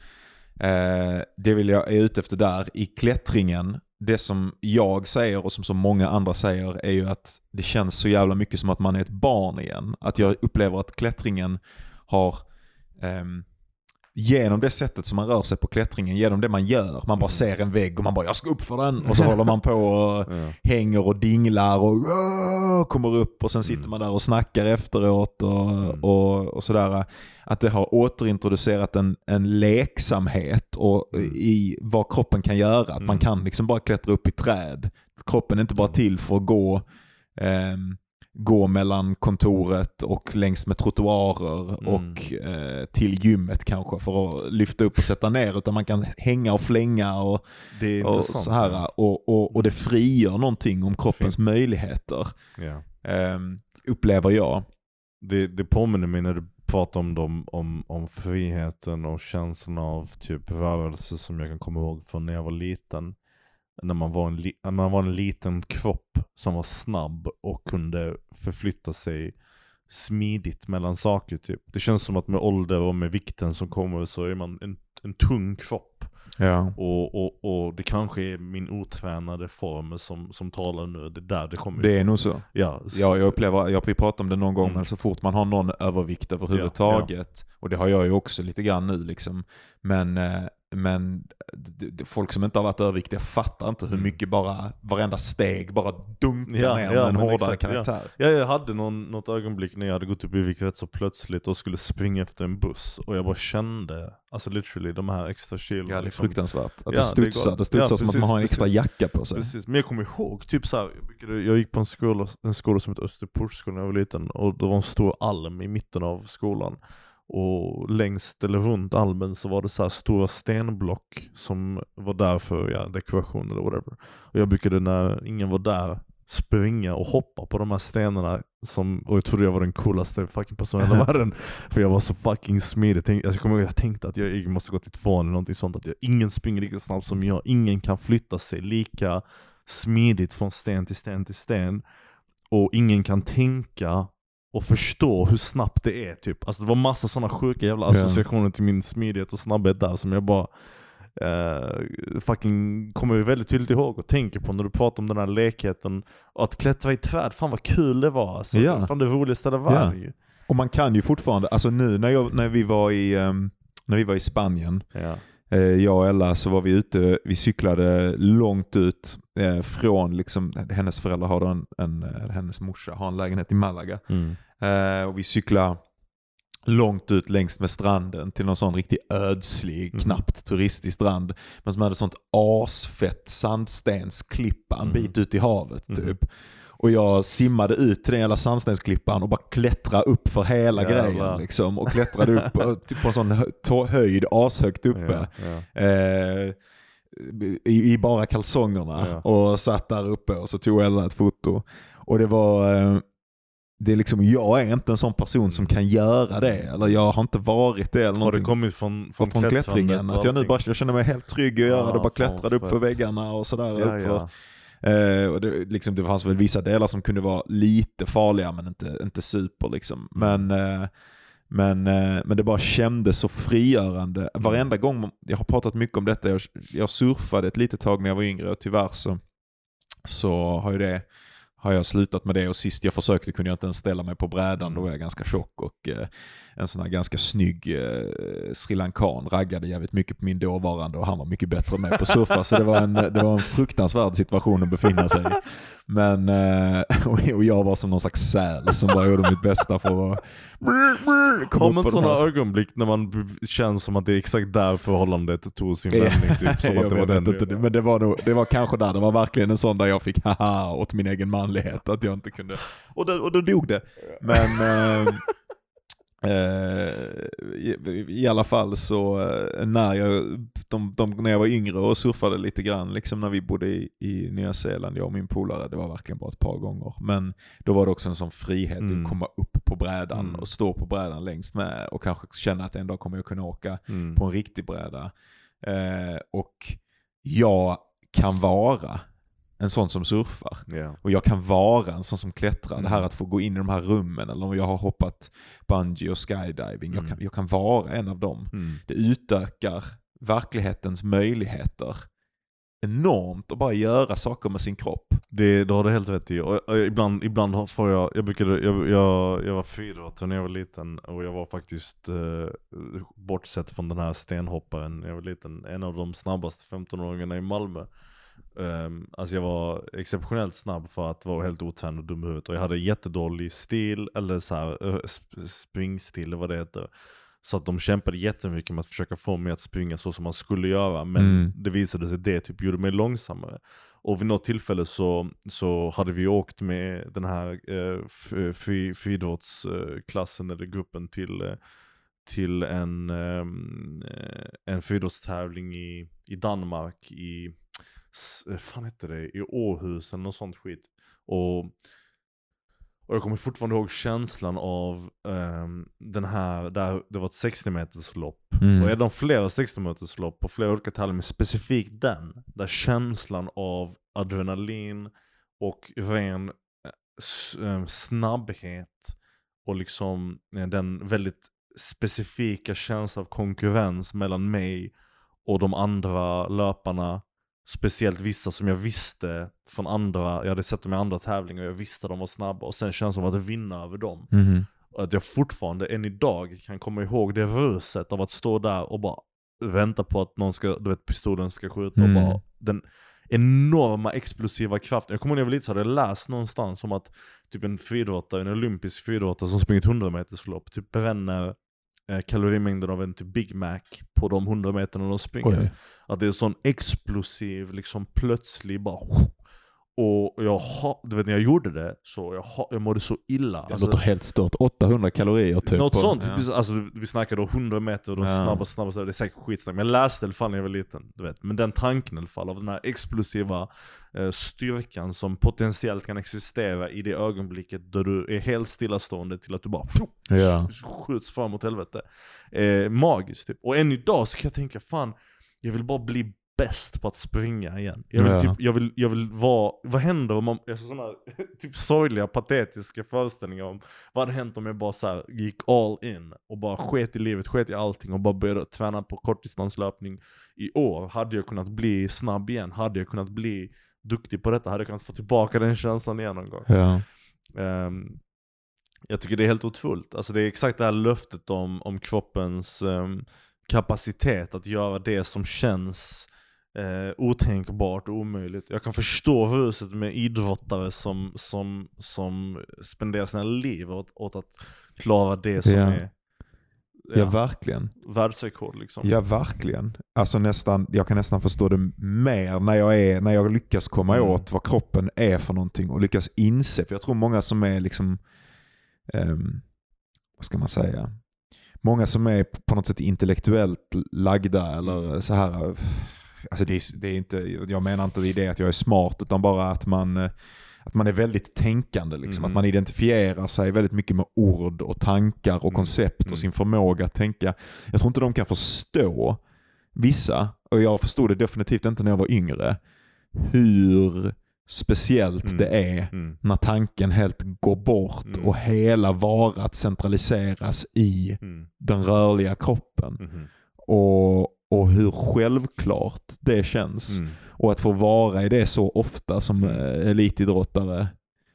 Eh, det vill jag är ute efter där. I klättringen, det som jag säger och som så många andra säger är ju att det känns så jävla mycket som att man är ett barn igen. Att jag upplever att klättringen har... Ehm, genom det sättet som man rör sig på klättringen, genom det man gör, man bara ser en vägg och man bara jag ska upp för den och så håller man på och ja. hänger och dinglar och uh, kommer upp och sen sitter mm. man där och snackar efteråt och, mm. och, och sådär. Att det har återintroducerat en, en leksamhet och mm. i vad kroppen kan göra, att mm. man kan liksom bara klättra upp i träd. Kroppen är inte bara till för att gå eh, gå mellan kontoret och längs med trottoarer mm. och eh, till gymmet kanske för att lyfta upp och sätta ner, utan man kan hänga och flänga och, det är och så här ja. och, och, och det frigör någonting om kroppens Fint. möjligheter ja. eh, upplever jag. Det, det påminner mig när du pratar om, dem, om, om friheten och känslan av typ rörelse som jag kan komma ihåg från när jag var liten. När man var en, li- man var en liten kropp som var snabb och kunde förflytta sig smidigt mellan saker typ. Det känns som att med ålder och med vikten som kommer så är man en, en tung kropp. Ja. Och, och, och det kanske är min otränade form som, som talar nu. Det där det kommer Det ifrån. är nog så. Ja, så. Ja, jag upplever, jag har pratat om det någon gång, Mm. men så fort man har någon övervikt överhuvudtaget, ja, ja. och det har jag ju också lite grann nu liksom, men Men d- d- folk som inte har varit överviktiga fattar inte hur mycket bara varenda steg bara dunkar ja, ner ja, med en hårdare exakt, karaktär. Ja. Ja, jag hade någon, något ögonblick när jag hade gått upp i vikt rätt så plötsligt och skulle springa efter en buss. Och jag bara kände, alltså literally, de här extra kilo. Ja, det är liksom, fruktansvärt. Att ja, det studsar, det, det studsar ja, precis, som att man har en extra precis, jacka på sig. Precis. Men jag kommer ihåg, typ så här, jag, jag gick på en skola, en skola som heter Österportskolan när jag var liten. Och det var en stor alm i mitten av skolan. Och längst eller runt almen så var det så här stora stenblock som var där för ja, dekoration eller whatever. Och jag brukade när ingen var där springa och hoppa på de här stenarna som, och jag trodde jag var den coolaste fucking personen i hela världen, för jag var så fucking smidig. Jag, jag kommer ihåg, jag tänkte att jag, jag måste gå till tvåan eller någonting sånt, att jag, ingen springer lika snabbt som jag, ingen kan flytta sig lika smidigt från sten till sten till sten, och ingen kan tänka och förstå hur snabbt det är typ. Alltså det var massa sådana sjuka jävla associationer yeah. till min smidighet och snabbhet där som jag bara uh, fucking kommer väldigt tydligt ihåg och tänker på när du pratar om den här lekheten och att klättra i träd. Fan vad kul det var. Alltså, yeah. Fan det roligaste det var. Yeah. Och man kan ju fortfarande, alltså nu när, jag, när vi var i um, när vi var i Spanien yeah. eh, jag och Ella så var vi ute, vi cyklade långt ut eh, från liksom, hennes föräldrar har en, en eller hennes morsa har en lägenhet i Malaga. Mm. Eh, och vi cyklade långt ut längs med stranden till någon sån riktigt ödslig, mm. knappt turistisk strand. Men som hade sånt asfett sandstensklippa en mm. bit ut i havet typ. Mm. Och jag simmade ut till den jävla sandstensklippan och bara klättrade upp för hela Jävlar. grejen liksom. Och klättrade upp typ på en sån hö- höjd ashögt uppe. Ja, ja. Eh, i, I bara kalsongerna. Ja. Och satt där uppe och så tog Ella ett foto. Och det var... Eh, Det är liksom, jag är inte en sån person som kan göra det. Eller jag har inte varit det. Eller har det kommit från, från, från klättringen? Att jag nu bara jag känner mig helt trygg att göra det. Bara klättrade upp för väggarna och sådär. Ja, upp ja. Eh, och det, liksom, det fanns väl vissa delar som kunde vara lite farliga men inte, inte super. Liksom. Men, eh, men, eh, men det bara kändes så frigörande. Varenda gång, jag har pratat mycket om detta. Jag, jag surfade ett litet tag när jag var yngre. Och tyvärr så, så har ju det... har jag slutat med det och sist jag försökte kunde jag inte ens ställa mig på brädan, då var jag ganska tjock och eh, en sån här ganska snygg eh, Sri Lankan raggade jävligt mycket på min dåvarande och han var mycket bättre med på surfa så det var en, det var en fruktansvärd situation att befinna sig i. Men eh, och jag var som någon slags säl som bara gjorde mitt bästa för att komma upp sådana ögonblick när man känns som att det är exakt där förhållandet tog sin vändning typ, som att det var den inte, men det var, nog, det var kanske där, det var verkligen en sån där jag fick haha åt min egen manlighet att jag inte kunde, och då, och då dog det. Men eh, eh, i, i alla fall så eh, när, jag, de, de, när jag var yngre och surfade lite grann liksom när vi bodde i, i Nya Zeeland, jag och min polare, det var verkligen bara ett par gånger, men då var det också en sån frihet mm. att komma upp på brädan mm. och stå på brädan längst med och kanske känna att en dag kommer jag kunna åka mm. på en riktig bräda eh, och jag kan vara en sån som surfar. Yeah. Och jag kan vara en sån som klättrar. Mm. Det här att få gå in i de här rummen eller om jag har hoppat bungee och skydiving. Mm. Jag, kan, jag kan vara en av dem. Mm. Det utökar verklighets möjligheter enormt att bara göra saker med sin kropp. Det, det har du helt rätt i. Och, och ibland, ibland får jag, jag brukade, jag, jag, jag var friidrottare när jag var liten och jag var faktiskt eh, bortsett från den här stenhopparen. Jag var liten, en av de snabbaste femton-åringarna i Malmö. Um, alltså jag var exceptionellt snabb för att vara helt otränad och dum i huvudet. Och jag hade jättedålig stil, eller så här, sp- springstil eller vad det heter. Så att de kämpade jättemycket med att försöka få mig att springa så som man skulle göra. Men mm. det visade sig att det typ gjorde mig långsammare. Och vid något tillfälle så, så hade vi åkt med den här eh, friidrottsklassen eller gruppen till, eh, till en, eh, en friidrottstävling i, i Danmark i fan heter det, i Århus eller något sånt skit. Och, och jag kommer fortfarande ihåg känslan av um, den här, där det var ett sextio meters lopp. Mm. Och är de flera sextio meters lopp på flera olika tävlingar, men specifikt den, där känslan av adrenalin och ren uh, snabbhet och liksom uh, den väldigt specifika känslan av konkurrens mellan mig och de andra löparna. Speciellt vissa som jag visste från andra, jag hade sett dem i andra tävlingar och jag visste att de var snabba och sen känns det som att vinna över dem. Mm. Och att jag fortfarande än idag kan komma ihåg det ruset av att stå där och bara vänta på att någon ska, du vet, pistolen ska skjuta mm. och bara den enorma explosiva kraften. Jag kommer ihåg när jag var lite så hade jag läst någonstans om att typ en friidrottare, en olympisk friidrottare som springer ett hundra meters lopp typ bränner kalorimängden av en typ Big Mac på de hundra meterna de springer. Oj. Att det är en sån explosiv, liksom plötslig bara. Och jag ha, du vet när jag gjorde det så jag, ha, jag mådde så illa. Det alltså, låter helt stort. åttahundra kalorier typ. Något på, sånt. Ja. Alltså, vi snackade då hundra meter och de ja. snabba, snabba, det är säkert skitsnack. Men jag läste i alla fall när jag var liten. Du vet. Men den tanken i alla fall av den här explosiva eh, styrkan som potentiellt kan existera i det ögonblicket då du är helt stillastående till att du bara pff, ja. skjuts fram mot helvete. Eh, magiskt typ. Och än idag så kan jag tänka, fan, jag vill bara bli bäst på att springa igen. Jag vill, ja. typ, jag vill, jag vill vara, vad händer om man, alltså sådana typ sorgliga, patetiska föreställningar om vad hade hänt om jag bara så här gick all in och bara sket i livet, sket i allting och bara började träna på kortdistanslöpning i år. Hade jag kunnat bli snabb igen? Hade jag kunnat bli duktig på detta? Hade jag kunnat få tillbaka den känslan igen någon gång? Ja. Um, jag tycker det är helt otroligt. Alltså det är exakt det här löftet om, om kroppens um, kapacitet att göra det som känns eh, otänkbart och omöjligt. Jag kan förstå huset med idrottare som, som, som spenderar sina liv åt, åt att klara det som ja. är ja, ja, verkligen. Världsrekord liksom. Ja, verkligen. Alltså nästan, jag kan nästan förstå det mer när jag, är, när jag lyckas komma mm. åt vad kroppen är för någonting och lyckas inse. För jag tror många som är liksom, um, vad ska man säga, många som är på något sätt intellektuellt lagda eller så här, alltså det är, det är inte, jag menar inte det, det att jag är smart, utan bara att man, att man är väldigt tänkande liksom. Mm. Att man identifierar sig väldigt mycket med ord och tankar och koncept mm. och sin förmåga att tänka. Jag tror inte de kan förstå vissa, och jag förstod det definitivt inte när jag var yngre, hur speciellt mm. det är mm. när tanken helt går bort mm. och hela varat centraliseras i mm. den rörliga kroppen. Mm. Och, och hur självklart det känns. Mm. Och att få vara i det så ofta som elitidrottare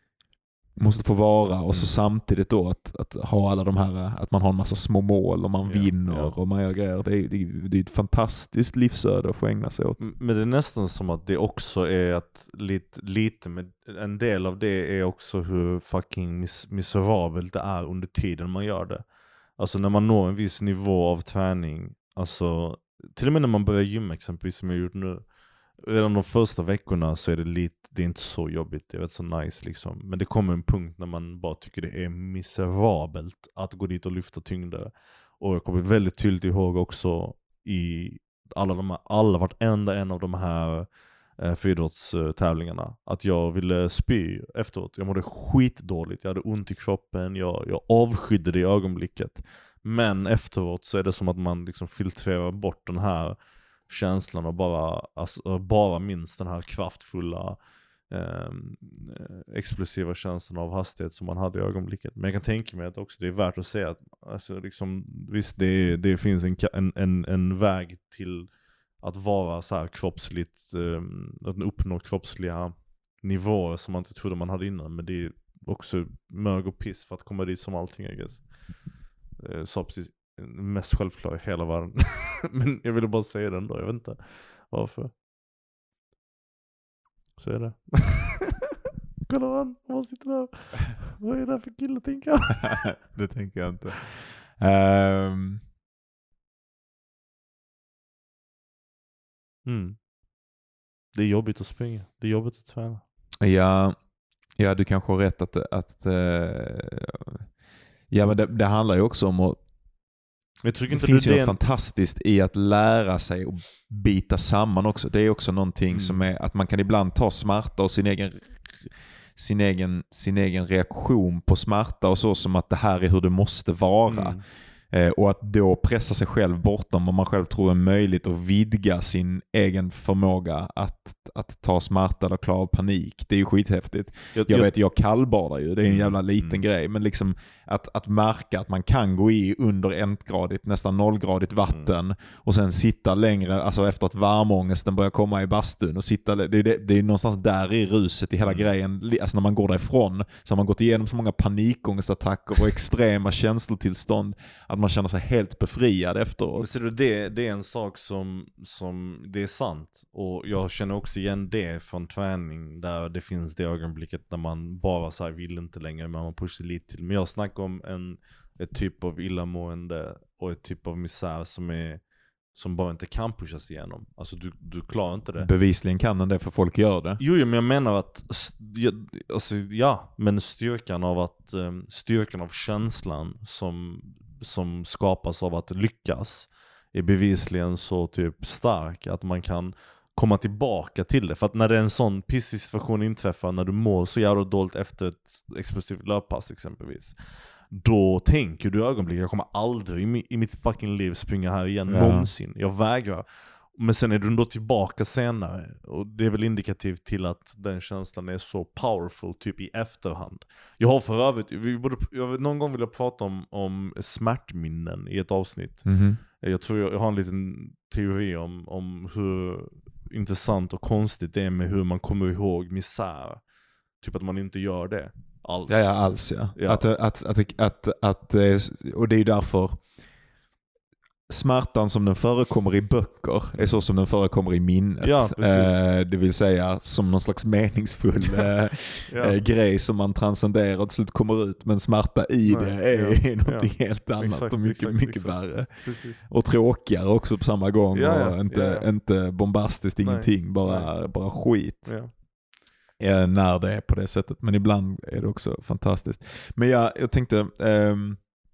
måste få vara, och så samtidigt då att, att ha alla de här, att man har en massa små mål och man ja, vinner ja. och man gör grejer. Det är, det, är, det är ett fantastiskt livsöde att få ägna sig åt. Men det är nästan som att det också är att lite, lite med, en del av det är också hur fucking mis, miserabelt det är under tiden man gör det. Alltså när man når en viss nivå av träning, alltså till och med när man börjar gymma exempelvis, som jag har gjort nu, redan de första veckorna så är det lite, det är inte så jobbigt, det är rätt så nice liksom. Men det kommer en punkt när man bara tycker det är miserabelt att gå dit och lyfta tyngder. Och jag kommer väldigt tydligt ihåg också i alla de här, alla vartenda en av de här eh, friidrottstävlingarna att jag ville spy efteråt. Jag mådde skitdåligt, jag hade ont i kroppen, jag, jag avskydde det i ögonblicket. Men efteråt så är det som att man liksom filtrerar bort den här känslan och bara, alltså, bara minst den här kraftfulla eh, explosiva känslan av hastighet som man hade i ögonblicket. Men jag kan tänka mig att också det är värt att säga att alltså, liksom, visst det, det finns en, en, en, en väg till att vara så här kroppsligt, eh, att uppnå kroppsliga nivåer som man inte trodde man hade innan, men det är också mög och piss för att komma dit som allting, I guess. Eh, så precis mest självklar i hela världen. Men jag ville bara säga det ändå, jag vet inte varför. Så är det. Kolla vad han, han sitter där. Vad är det för kille, tänker jag? Det tänker jag inte. Um... Mm. Det är jobbigt att springa. Det är jobbigt att träna. Ja, ja du kanske har rätt att, att uh... ja, men det, det handlar ju också om att jag tror inte det finns det ju något en... fantastiskt i att lära sig och bita samman också. Det är också någonting mm. som är att man kan ibland ta smärta och sin egen, sin egen, sin egen reaktion på smärta och så, som att det här är hur det måste vara. Mm. Eh, och att då pressa sig själv bortom vad man själv tror är möjligt och vidga sin egen förmåga att, att ta smärta eller klara av panik. Det är ju skithäftigt. Jag, jag vet, jag kallbadar ju. Det är en jävla liten mm. grej. Men liksom att, att märka att man kan gå i under engradigt, nästan nollgradigt vatten mm. och sen sitta längre, alltså efter att varmångesten börjar komma i bastun och sitta, det, det, det är någonstans där i ruset i hela mm. grejen. Alltså när man går därifrån så har man gått igenom så många panikångestattacker och extrema känslotillstånd att man känner sig helt befriad efteråt. Ser du, det, det är en sak som, som det är sant. Och jag känner också igen det från träning där det finns det ögonblicket när man bara så här vill inte längre, men man pushar lite till. Men jag snackar om en ett typ av illamående och ett typ av misär som är som bara inte kan pushas igenom. Alltså du, du klarar inte det. Bevisligen kan den det, för folk gör det. Jo, men jag menar att alltså, ja, men styrkan av att styrkan av känslan som som skapas av att lyckas är bevisligen så typ stark att man kan komma tillbaka till det. För att när det är en sån pissig situation inträffar, när du mår så jävla dåligt efter ett explosivt löppass exempelvis, då tänker du i ögonblick, jag kommer aldrig i mitt fucking liv springa här igen, ja. någonsin. Jag vägrar. Men sen är du ändå tillbaka senare. Och det är väl indikativt till att den känslan är så powerful typ i efterhand. Jag har för övrigt, vi borde, jag, någon gång vill jag prata om, om smärtminnen i ett avsnitt. Mm-hmm. Jag tror jag, jag har en liten teori om, om hur intressant och konstigt det är med hur man kommer ihåg misär. Typ att man inte gör det alls. Ja, ja alls ja. ja. Att, att, att, att, att, att, och det är ju därför smärtan som den förekommer i böcker är så som den förekommer i minnet. Ja, eh, det vill säga som någon slags meningsfull eh, ja. eh, grej som man transcenderar och till slut kommer ut. Men smärta i Nej, det är ja, något ja. helt annat exakt, och mycket, exakt, mycket exakt. värre. Precis. Och tråkigare också på samma gång. Ja, ja, och inte, ja, ja. inte bombastiskt, Nej. ingenting. Bara, bara skit. Ja. Eh, när det är på det sättet. Men ibland är det också fantastiskt. Men jag, jag tänkte... Ehm,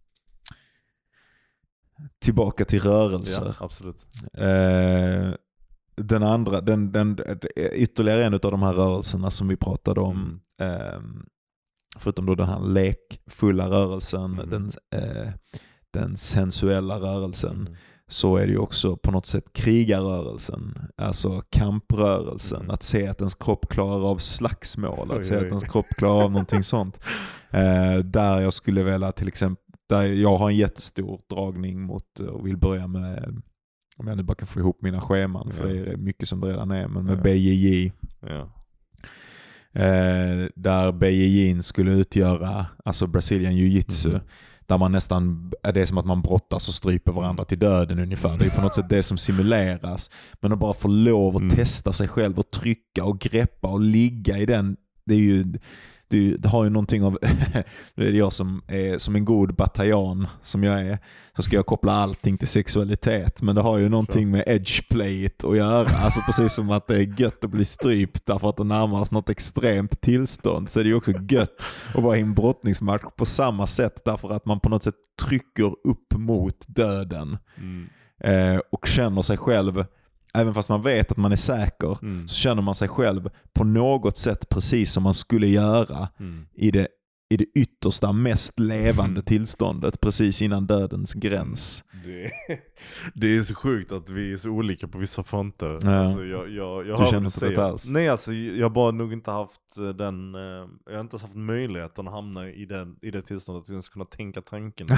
tillbaka till rörelser. Ja, absolut. Eh, den andra, den, den, ytterligare en av de här rörelserna som vi pratade om, mm. eh, förutom då den här lekfulla rörelsen, mm. den, eh, den sensuella rörelsen, mm. så är det ju också på något sätt krigarrörelsen, alltså kamprörelsen, mm. att se att ens kropp klarar av slagsmål, att oj, se oj. att ens kropp klarar av någonting sånt. Eh, där jag skulle vilja till exempel där jag har en jättestor dragning mot och vill börja med, om jag nu bara kan få ihop mina scheman, för ja. det är mycket som det redan är, men med ja. B J J. Ja. Eh, där B J J skulle utgöra, alltså Brazilian Jiu-Jitsu, mm. där man nästan, är det som att man brottas och stryper varandra till döden ungefär. Det är på något sätt det som simuleras. Men att bara få lov att mm. testa sig själv och trycka och greppa och ligga i den, det är ju... Det, det har ju någonting av, det är jag som är som en god bataljan som jag är, så ska jag koppla allting till sexualitet, men det har ju någonting med edgeplayet att göra, alltså precis som att det är gött att bli strypt därför att det närmar något extremt tillstånd, så är det ju också gött att vara i en brottningsmatch på samma sätt, därför att man på något sätt trycker upp mot döden mm. eh, och känner sig själv. Även fast man vet att man är säker mm. så känner man sig själv på något sätt precis som man skulle göra mm. i, det, i det yttersta, mest levande tillståndet precis innan dödens gräns. Det, det är så sjukt att vi är så olika på vissa fronter. Ja. Alltså, jag, jag, jag du har känner inte det alls? Nej, alltså, jag har bara nog inte haft den, jag har inte haft möjligheten att hamna i, den, i det tillståndet att jag ska kunna tänka tanken.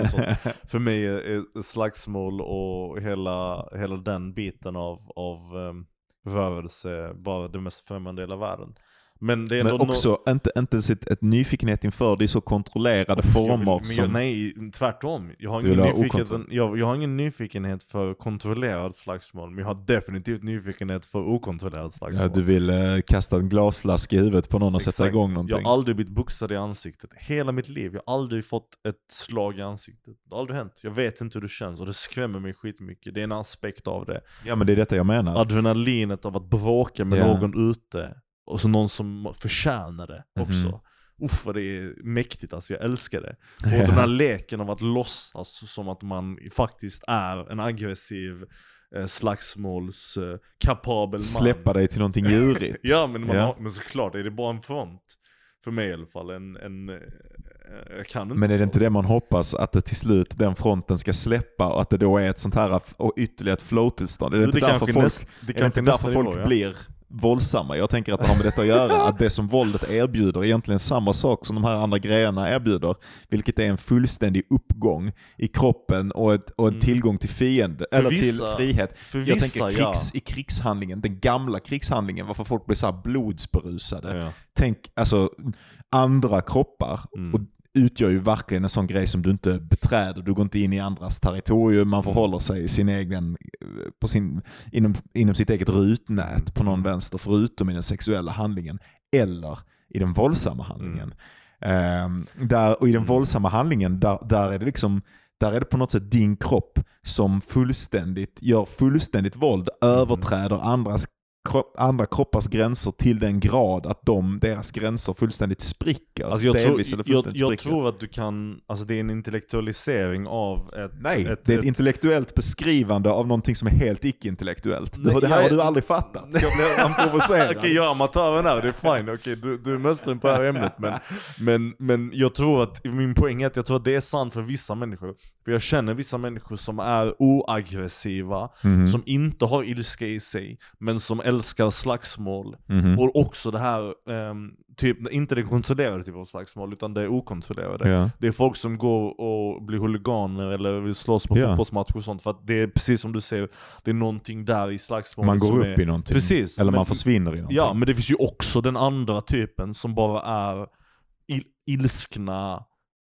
För mig är slagsmål och hela, hela den biten av, av um, rörelse bara det mest främmande i hela världen. Men, det är men också no- inte, inte ett, ett nyfikenhet inför det är så kontrollerade oh, former. Jag vill, men jag, som... Nej, tvärtom. Jag har, ingen nyfikenhet, jag, jag har ingen nyfikenhet för kontrollerad slagsmål, men jag har definitivt nyfikenhet för okontrollerad slagsmål. Ja, du vill eh, kasta en glasflaska i huvudet på någon och Exakt. sätta igång någonting. Jag har aldrig blivit boxad i ansiktet. Hela mitt liv. Jag har aldrig fått ett slag i ansiktet. Det har aldrig hänt. Jag vet inte hur det känns och det skrämmer mig skitmycket. Det är en aspekt av det. Ja, men det är detta jag menar. Adrenalinet av att bråka med ja. någon ute. Och så någon som förtjänar det också. Mm. Uff, vad det är mäktigt, alltså jag älskar det. Och ja. den här leken av att låtsas som att man faktiskt är en aggressiv eh, slagsmåls eh, kapabel man. Släppa dig till någonting djurigt. Ja, men, man ja. Har, men såklart är det bara en front. För mig i alla fall. En, en, eh, jag kan inte men är det inte det man hoppas, att det till slut den fronten ska släppa och att det då är ett sånt här och ytterligare ett flow-tillstånd? Är det, det inte därför folk, näst, det är det inte därför folk nivå, ja. blir våldsamma? Jag tänker att det har med detta att göra, att det som våldet erbjuder är egentligen samma sak som de här andra grejerna erbjuder, vilket är en fullständig uppgång i kroppen och, ett, och en tillgång till fiende, eller vissa, till frihet. För jag vissa, tänker krigs, ja. i krigshandlingen, den gamla krigshandlingen, varför folk blir så här blodsberusade. Ja. Tänk, alltså andra kroppar mm. och utgör ju verkligen en sån grej som du inte beträder. Du går inte in i andras territorium. Man förhåller sig i sin egen, på sin, inom, inom sitt eget rutnät på någon vänster, förutom i den sexuella handlingen eller i den våldsamma handlingen. Mm. Um, där, och i den mm. våldsamma handlingen där, där är det liksom där är det på något sätt din kropp som fullständigt gör fullständigt våld, mm. överträder andras andra kroppars gränser till den grad att de, deras gränser fullständigt spricker. Alltså jag, tror, jag, jag tror att du kan, alltså det är en intellektualisering av ett... Nej, ett, det är ett, ett intellektuellt beskrivande av någonting som är helt icke-intellektuellt. Nej, det här jag, har du aldrig fattat. Jag blir provocerad. Okej, okay, jag är amatören här, det är fine. Okay, du, du är mästaren på det här ämnet. Men, men, men jag tror att, min poäng är att jag tror att det är sant för vissa människor. För jag känner vissa människor som är oaggressiva, mm. som inte har ilska i sig, men som älskar slagsmål. Mm. Och också det här, um, typ, inte det kontrollerade typ av slagsmål, utan det är okontrollerade. Ja. Det är folk som går och blir huliganer eller vill slåss på ja. fotbollsmatcher och sånt. För att det är precis som du säger, det är någonting där i slagsmål. Man går som upp är, i någonting. Precis, eller men, man försvinner i någonting. Ja, men det finns ju också den andra typen som bara är il- ilskna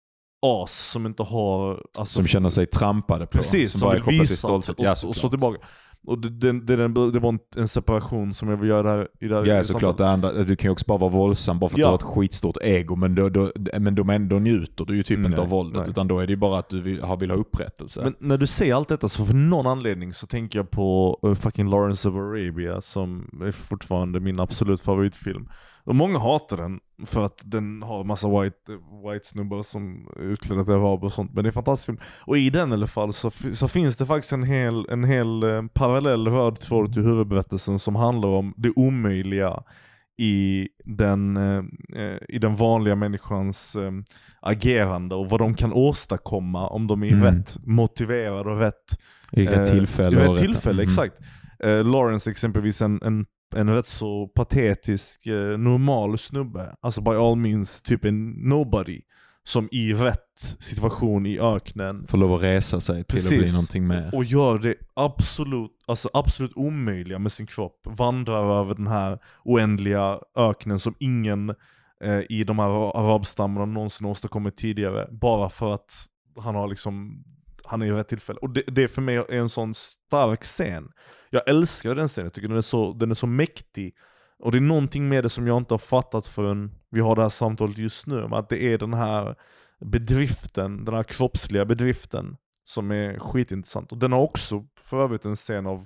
as som inte har... Alltså, som känner sig trampade på. Precis, som, som bara vill koppla till visa stolthet. och, Ja, och slå tillbaka. Och det, det, det, det var en, en separation som jag vill göra där, i det här. Ja, såklart. Det andra, du kan ju också bara vara våldsam bara för att ja. du har ett skitstort ego. Men då, då, men då, men då njuter du ju typ nej, inte av våldet. Nej. Utan då är det ju bara att du vill ha, vill ha upprättelse. Men när du säger allt detta så för någon anledning så tänker jag på uh, fucking Lawrence of Arabia som är fortfarande min absolut favoritfilm. Och många hatar den för att den har massa white, white snubbar som är utklädda till araber och sånt. Men det är en fantastisk film. Och i den i alla fall så, så finns det faktiskt en hel, en hel eh, parallell röd tråd till huvudberättelsen som handlar om det omöjliga i den, eh, i den vanliga människans eh, agerande och vad de kan åstadkomma om de är mm. rätt motiverade och rätt i rätt tillfälle. Eh, I rätt tillfälle, mm. exakt. Eh, Lawrence exempelvis en, en en rätt så patetisk, eh, normal snubbe. Alltså by all means typ en nobody. Som i rätt situation i öknen får lov att resa sig till Precis. Att bli någonting mer. Och gör det absolut, alltså absolut omöjliga med sin kropp. Vandrar över den här oändliga öknen som ingen eh, i de här arabstammarna någonsin åstadkommit tidigare. Bara för att han har liksom... Han är i rätt tillfälle. Och det, det för mig är en sån stark scen. Jag älskar den scenen. Jag tycker den är så, den är så mäktig. Och det är någonting med det som jag inte har fattat förrän vi har det här samtalet just nu. Att det är den här bedriften, den här kroppsliga bedriften som är skitintressant. Och den har också för övrigt en scen av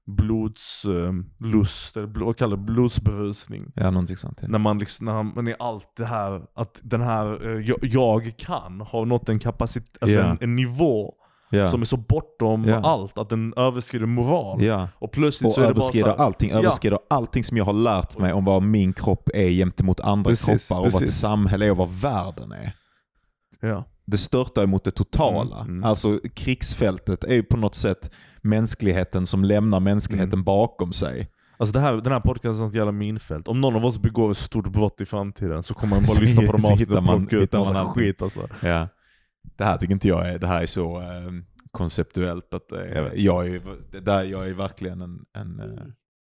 blodslust, uh, eller vad kallar det, blodsberusning. Ja, någonting sånt. Ja. När man liksom, när man är allt det här, att den här, uh, jag, jag kan ha nått en kapacitet, alltså yeah. en, en nivå yeah. som är så bortom yeah. allt, att den överskrider moral. Yeah. Och plötsligt och så är det överskrider bara så här, allting, överskrider ja. allting som jag har lärt mig om vad min kropp är gentemot andra precis, kroppar och precis. vad ett samhälle är och vad världen är. Ja. Det störtar emot det totala. Mm, mm. Alltså krigsfältet är ju på något sätt mänskligheten som lämnar mänskligheten mm. bakom sig. Alltså det här, den här podcasten är ett sånt jävla minfält. Om någon av oss begår ett stort brott i framtiden så kommer man bara lyssna på de avsnitten och plocka ut en massa skit alltså. Ja. Det här tycker inte jag är, det här är så eh, konceptuellt att eh, jag, jag, är, det där, jag är verkligen en, en eh,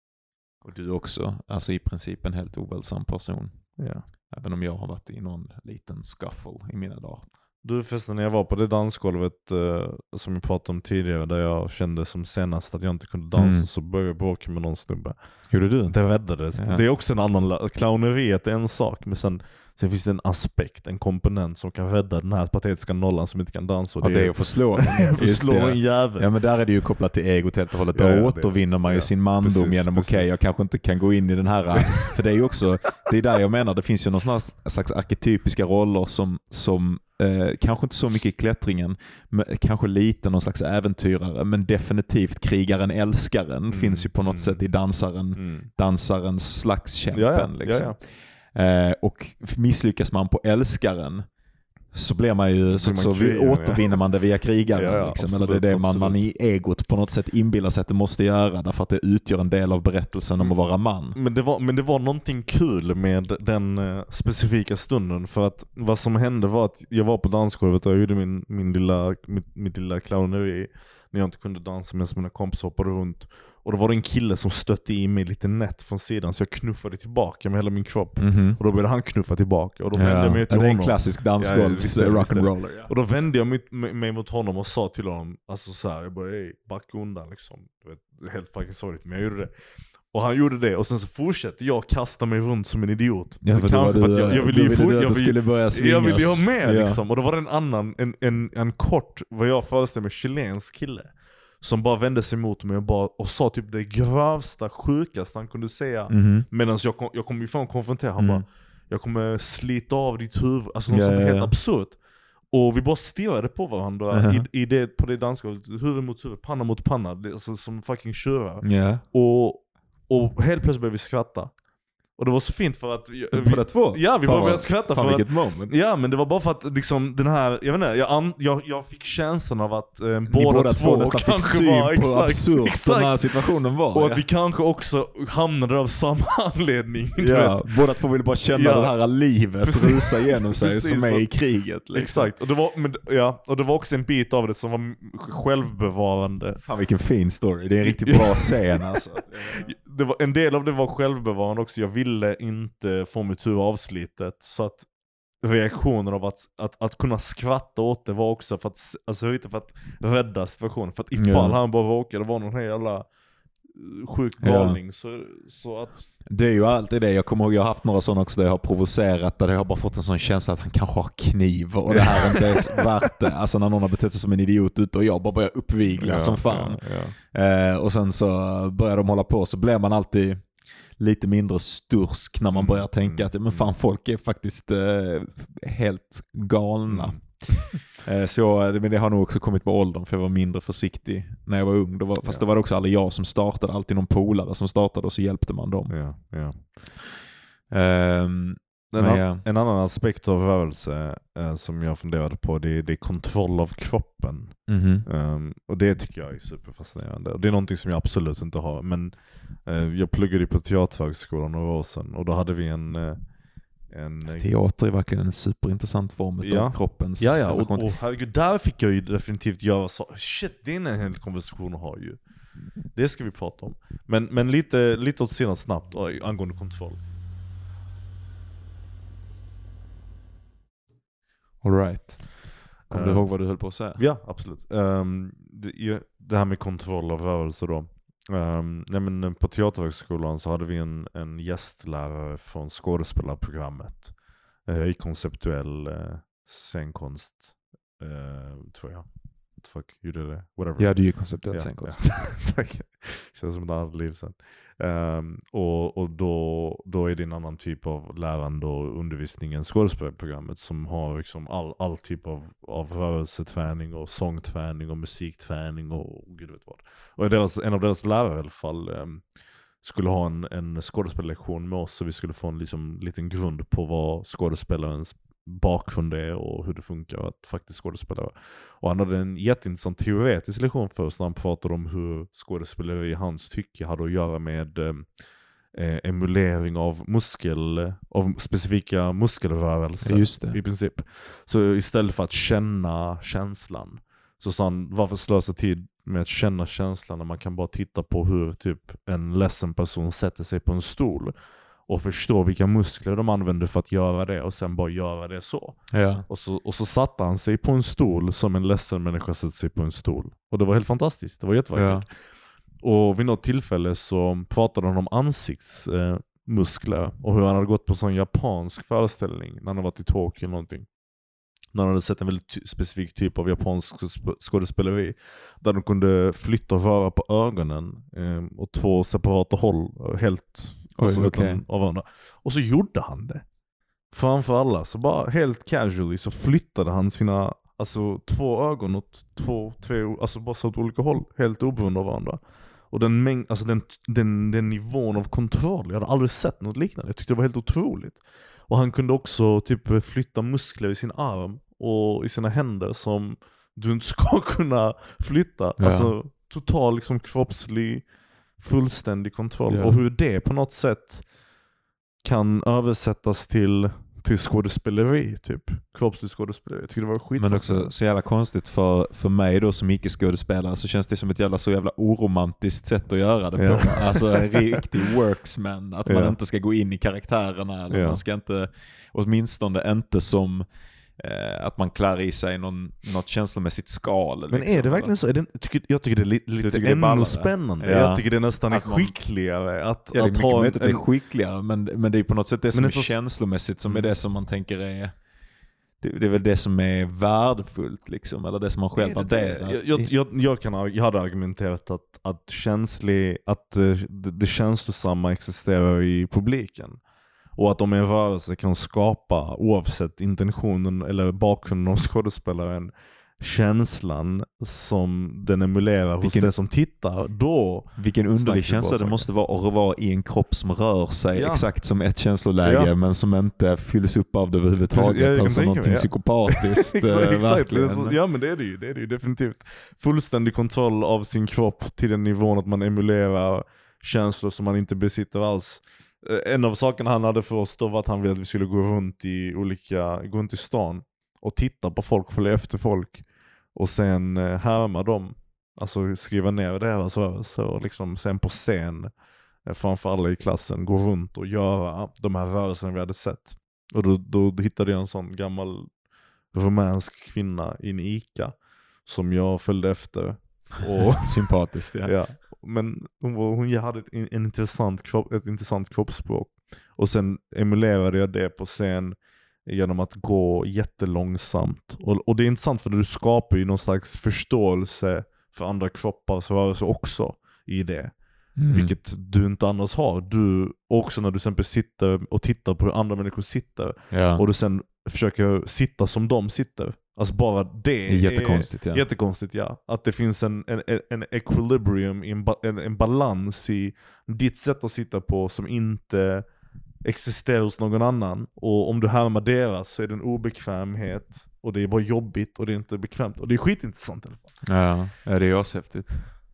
och du också, alltså i princip en helt ovälsam person. Ja. Även om jag har varit i någon liten scuffle i mina dagar. Du förresten, när jag var på det dansgolvet eh, som vi pratade om tidigare, där jag kände som senast att jag inte kunde dansa, mm. så började jag bråka med någon snubbe. Gjorde du? Det räddades. Ja. Det är också en annan, clowneriet är en sak, men sen, sen finns det en aspekt, en komponent som kan rädda den här patetiska nollan som inte kan dansa. Och det, ja, det är att få slå få slå en jävel. Ja, men där är det ju kopplat till egot helt och hållet. Då ja, återvinner man ju ja. sin mandom precis, genom okej, okay, jag kanske inte kan gå in i den här. För det är ju också, det är där jag menar, det finns ju någon slags arketypiska roller som, som Eh, kanske inte så mycket i klättringen, men kanske lite någon slags äventyrare, men definitivt krigaren älskaren mm. finns ju på något mm. sätt i dansaren, mm. dansarens slagskämpen. Ja, ja. Liksom. Ja, ja. Eh, och misslyckas man på älskaren så blir man ju så, man så krigen, återvinner ja. man det via krigaren. Ja, ja, liksom. Absolut, eller det är det man, man i egot på något sätt inbillar sig att det måste göra, därför att det utgör en del av berättelsen om att vara man. Men det var, men det var någonting kul med den uh, specifika stunden, för att vad som hände var att jag var på dansgolvet och jag gjorde min, min lilla, mitt, mitt lilla clowneri när jag inte kunde dansa medan mina kompisar hoppade runt. Och då var det en kille som stötte i mig lite nätt från sidan, så jag knuffade tillbaka med hela min kropp. Mm-hmm. Och då började han knuffa tillbaka. Och då vände ja. jag mig till honom. Det är en klassisk dansgolvs ja, rock'n'roller. Ja. Och då vände jag mig, mig mot honom och sa till honom, alltså så här, jag bara, ey, backa undan liksom. Du vet, helt fucking sorgligt, men jag gjorde det. Och han gjorde det, och sen så fortsatte jag kasta mig runt som en idiot. Ja, för kanske för att jag, jag ville ju ville jag vill, skulle börja svingas. Jag ville ju ha med ja. liksom. Och då var det en annan, en, en, en kort, vad jag föreställer mig, chilensk kille som bara vände sig mot mig och, bara, och sa typ det grövsta, sjukaste han kunde säga. Mm-hmm. Medan jag kom, jag kom ju fan konfrontera. Han mm. bara, jag kommer slita av ditt huvud. Alltså något yeah, som är helt yeah. absurt. Och vi bara stirrade på varandra uh-huh. i, i det, på det dansgolvet. Huvud mot huvud, panna mot panna. Alltså, som fucking tjurar. Yeah. Och, och helt plötsligt började vi skratta. Och det var så fint för att vi, båda två? Ja, vi bara började skratta fan för vilket att, moment. Ja, men det var bara för att liksom den här, jag vet inte, jag, jag, jag fick känslan av att eh, båda, båda två nästan fick syn var, på exakt, absurt exakt. Den här situationen var. Och ja. att vi kanske också hamnade av samma anledning. Ja, båda två ville bara känna ja. det här livet precis. rusa igenom sig precis, som är i kriget. Liksom. Exakt, och det, var, men, ja, och det var också en bit av det som var självbevarande. Fan vilken fin story, det är en riktigt bra scen alltså. Det var, en del av det var självbevarande också. Jag ville inte få mitt huvud avslitet. Så att reaktioner av att, att, att kunna skratta åt det var också för att, alltså, lite för att rädda situationen. För att ifall ja. han bara råkade vara någon jävla sjuk galning ja. så, så att... Det är ju alltid det. Jag kommer ihåg, jag har haft några sådana också där jag har provocerat, där jag har bara fått en sån känsla att han kanske har kniv och det här inte är värt det. Alltså när någon har betett sig som en idiot ute och jag bara börjar uppvigla ja, som fan. Ja, ja. Eh, och sen så börjar de hålla på, så blir man alltid lite mindre stursk när man börjar tänka att men fan, folk är faktiskt eh, helt galna. Mm. eh, så men det har nog också kommit med åldern, för jag var mindre försiktig när jag var ung. Då var, fast ja. det var också aldrig jag som startade, alltid någon polare som startade och så hjälpte man dem. Ja, ja. Um, en, an- ja. en annan aspekt av rörelse eh, som jag funderade på, det, det är kontroll av kroppen. Mm-hmm. Um, och det tycker jag är superfascinerande. Och det är någonting som jag absolut inte har. Men eh, jag pluggade på Teaterhögskolan några år sedan, och då hade vi en... Eh, En, Teater är verkligen en superintressant form av ja. kroppens ja, ja. Och, och herregud, där fick jag ju definitivt göra så. Shit, det är en hel konversation att ha ju. Det ska vi prata om. Men, men lite, lite åt sidan snabbt angående kontroll. All right. Kommer uh, du ihåg vad du höll på att säga? Ja, absolut. Um, det, det här med kontroll av rörelse då. Um, nej men på Teaterhögskolan så hade vi en, en gästlärare från skådespelarprogrammet uh, i konceptuell uh, scenkonst, uh, tror jag. What the fuck, gjorde det? Whatever. Ja, det är ju konceptuell ja, scenkonst. Ja. Tack. Känns som ett annat liv sen. Um, och och då, då är det en annan typ av lärande och undervisning än skådespelarprogrammet, som har liksom all, all typ av, av rörelseträning och sångträning och musikträning och, och gud vet vad. Och deras, en av deras lärare i alla fall um, skulle ha en, en skådespelarlektion med oss, så vi skulle få en liksom, liten grund på vad skådespelarens bakgrund är och hur det funkar att faktiskt skådespelare. Och han hade en jätteintressant teoretisk lektion för oss när han pratade om hur skådespelare i hans tycke hade att göra med eh, emulering av muskel, av specifika muskelrörelser. Just det. I princip. Så istället för att känna känslan, så sa han, varför slösa tid med att känna känslan när man kan bara titta på hur typ en ledsen person sätter sig på en stol och förstå vilka muskler de använder för att göra det, och sen bara göra det så. Ja. Och så, och så satte han sig på en stol som en ledsen människa sätter sig på en stol. Och det var helt fantastiskt. Det var jättevackert. Ja. Och vid något tillfälle så pratade han om ansiktsmuskler eh, och hur han hade gått på en sån japansk föreställning när han hade varit i Tokyo eller någonting. När han hade sett en väldigt ty- specifik typ av japansk sp- skådespeleri där de kunde flytta och röra på ögonen eh, åt två separata håll helt alltså, Oj, okay. av varandra. Och så gjorde han det framför alla, så bara helt casually så flyttade han sina alltså två ögon åt två, tre, alltså bara så åt olika håll, helt oberoende av varandra. Och den, mäng- alltså den, den, den nivån av kontroll, jag hade aldrig sett något liknande. Jag tyckte det var helt otroligt. Och han kunde också typ flytta muskler i sin arm och i sina händer som du inte ska kunna flytta. Ja. Alltså total liksom kroppslig fullständig kontroll. Ja. Och hur det på något sätt kan översättas till till skådespeleri, typ. Kroppslig skådespeleri. Jag tycker det var skit. Men också så jävla konstigt för, för mig då som icke-skådespelare, så känns det som ett jävla så jävla oromantiskt sätt att göra det på. Ja. Alltså en riktig worksman. Att man ja. inte ska gå in i karaktärerna. Eller ja. man ska inte, åtminstone inte som eh, att man klär i sig någon, något känslomässigt skal. Men liksom, är det verkligen eller? Så? Är det, tycker, jag tycker det är lite, lite det är ännu spännande. Ja. Jag tycker det nästan är att man, skickligare. Att, ja, det är att mycket ha möjligt att det är skickligare, men, men det är på något sätt det som är så... känslomässigt som mm. är det som man tänker är... Det, det är väl det som är värdefullt liksom, eller det som man själv värderar. Jag, jag, jag, jag, kan, jag hade argumenterat att, att, känslig, att det, det känslosamma existerar i publiken. Och att om en rörelse kan skapa, oavsett intentionen eller bakgrunden av skådespelaren, känslan som den emulerar hos det som tittar, då... Vilken underlig känsla det måste vara att vara i en kropp som rör sig ja. exakt som ett känsloläge, ja. men som inte fylls upp av det överhuvudtaget. Ja, alltså någonting mig, ja. psykopatiskt. exakt, exakt. Ja, men det är det ju. Det är det ju definitivt. Fullständig kontroll av sin kropp till den nivån att man emulerar känslor som man inte besitter alls. En av sakerna han hade för oss då var att han ville att vi skulle gå runt i olika, gå runt i stan och titta på folk, följa efter folk och sen härma dem, alltså skriva ner deras rörelser och liksom sen på scen framför alla i klassen gå runt och göra de här rörelserna vi hade sett. Och då, då hittade jag en sån gammal rumänsk kvinna i en Ica som jag följde efter. Och sympatiskt, ja. ja. Men hon, var, hon hade ett, en intressant kropp, ett intressant kroppsspråk. Och sen emulerade jag det på scen genom att gå jättelångsamt. Och, och det är intressant för du skapar ju någon slags förståelse för andra kroppars rörelse också i det. Mm. Vilket du inte annars har. Du också när du till exempel sitter och tittar på hur andra människor sitter. Ja. Och du sen försöker sitta som de sitter. Alltså bara det, det är jättekonstigt, är, ja. jättekonstigt, ja. Att det finns en, en, en equilibrium, en, en, en balans i ditt sätt att sitta på som inte existerar hos någon annan. Och om du härmar deras så är det en obekvämhet. Och det är bara jobbigt och det är inte bekvämt. Och det är skitintressant i alla fall. Ja, ja det är ashäftigt.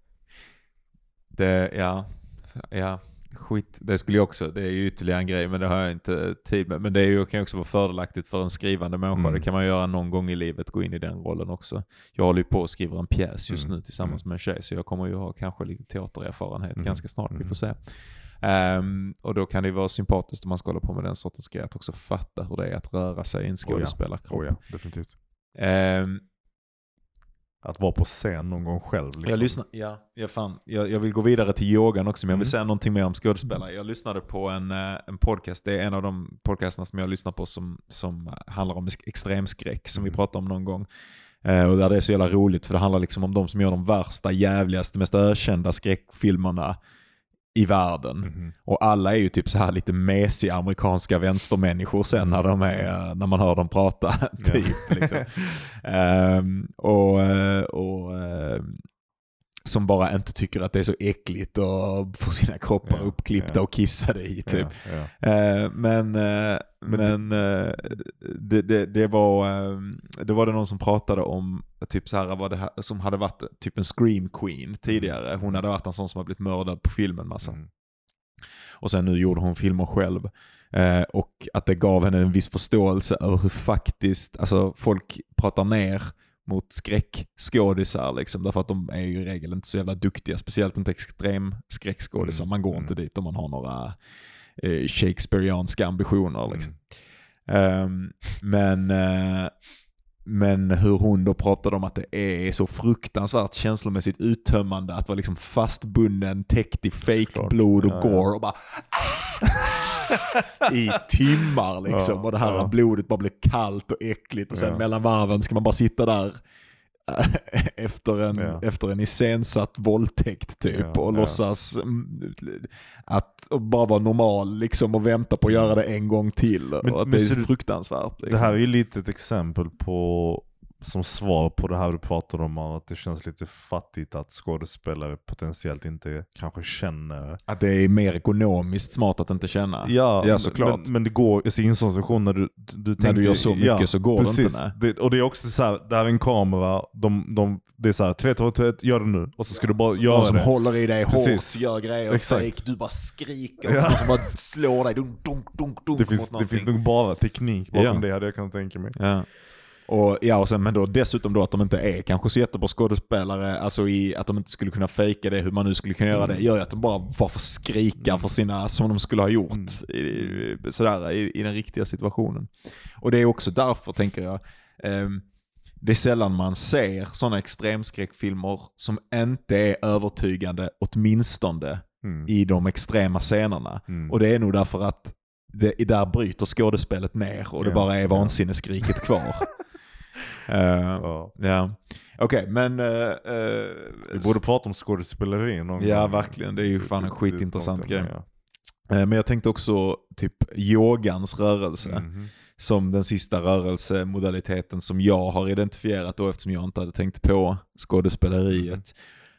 Det, ja, ja, skit. Det skulle jag också, det är ju ytterligare en grej, men det har jag inte tid med. Men det är ju, kan ju också vara fördelaktigt för en skrivande människa. Mm. Det kan man göra någon gång i livet, gå in i den rollen också. Jag håller ju på att skriva en pjäs just mm. nu tillsammans med en tjej, så jag kommer ju ha kanske lite teatererfarenhet mm. ganska snart, vi får se. Um, och då kan det vara sympatiskt om man ska hålla på med den sortens grej, att också fatta hur det är att röra sig i en skådespelarkropp. Oh ja. Oh ja, definitivt. Um, Att vara på scen någon gång själv. Liksom. Jag lyssnar, ja, jag, fan, jag, jag vill gå vidare till yogan också, men jag vill mm. säga någonting mer om skådespelare. Jag lyssnade på en, en podcast, det är en av de podcasterna som jag lyssnar på som, som handlar om extremskräck, som mm. vi pratade om någon gång. Eh, och där det är så jävla roligt, för det handlar liksom om de som gör de värsta, jävligaste, mest ökända skräckfilmerna i världen. Mm-hmm. Och alla är ju typ så här lite mesiga amerikanska vänstermänniskor sen när de är, när man hör dem prata typ liksom. um, och, och um, som bara inte tycker att det är så äckligt och få sina kroppar ja, uppklippta ja. och kissade i typ. Ja, ja. Uh, men uh, men uh, det, det, det var uh, det var det någon som pratade om typ så här, var det här, som hade varit typ en scream queen tidigare. Hon hade varit en sån som har blivit mördad på filmen massa. Mm. Och sen nu gjorde hon filmer själv. Uh, och att det gav henne en viss förståelse över hur faktiskt, alltså folk pratar ner mot skräckskådisar liksom, därför att de är ju i regel inte så jävla duktiga, speciellt inte extrem skräckskådisar. Man går mm. inte dit om man har några eh, shakespearianska ambitioner liksom. Mm. Um, men uh, men hur hon då pratade om att det är så fruktansvärt känslomässigt uttömmande att vara liksom fastbunden, täckt i fake blod och ja, gore ja. och bara i timmar liksom, ja, och det här ja. blodet bara blir kallt och äckligt och sen ja. mellan varven ska man bara sitta där efter en, ja. efter en iscensatt våldtäkt typ ja, och ja. låtsas att och bara vara normal liksom och vänta på att göra det en gång till. Men, och att det är du, fruktansvärt. Liksom. Det här är ju lite ett exempel på, som svar på det här du pratar om, att det känns lite fattigt att skådespelare potentiellt inte kanske känner. Att det är mer ekonomiskt smart att inte känna. Ja, ja såklart. Men, men det går, alltså, i en sån situation när du, du när du gör så mycket ja, så går precis. det inte. Det, och det är också så här, det här är en kamera, de, de, det är så här, tre, två, tre, gör det nu. Och så ska du bara göra Någon som det. håller i dig hårt, gör grejer, fake, du bara skriker ja. och så bara slår dig, dunk, dunk, dunk, dunk. Det finns, det finns nog bara teknik bakom ja. det, hade jag kan tänka mig. Ja. Och, ja, och sen, men då dessutom då att de inte är kanske så jättebra skådespelare, alltså i att de inte skulle kunna fejka det, hur man nu skulle kunna göra mm. det, gör ju att de bara varför skrika mm. för sina, som de skulle ha gjort mm. i, sådär, i, i den riktiga situationen. Och det är också därför, tänker jag, eh, det är sällan man ser sådana extremskräckfilmer som inte är övertygande, åtminstone mm. i de extrema scenerna. Mm. Och det är nog därför att det, där bryter skådespelet ner och det ja, bara är vansinneskriket kvar. Uh, ja. ja. Okej, okay, men... Uh, uh, Vi borde prata om skådespeleri någon Ja, gång. verkligen. Det är ju fan en skitintressant grej. Ja. Uh, men jag tänkte också typ yogans rörelse. Mm-hmm. Som den sista rörelsemodaliteten som jag har identifierat då, eftersom jag inte hade tänkt på skådespeleriet.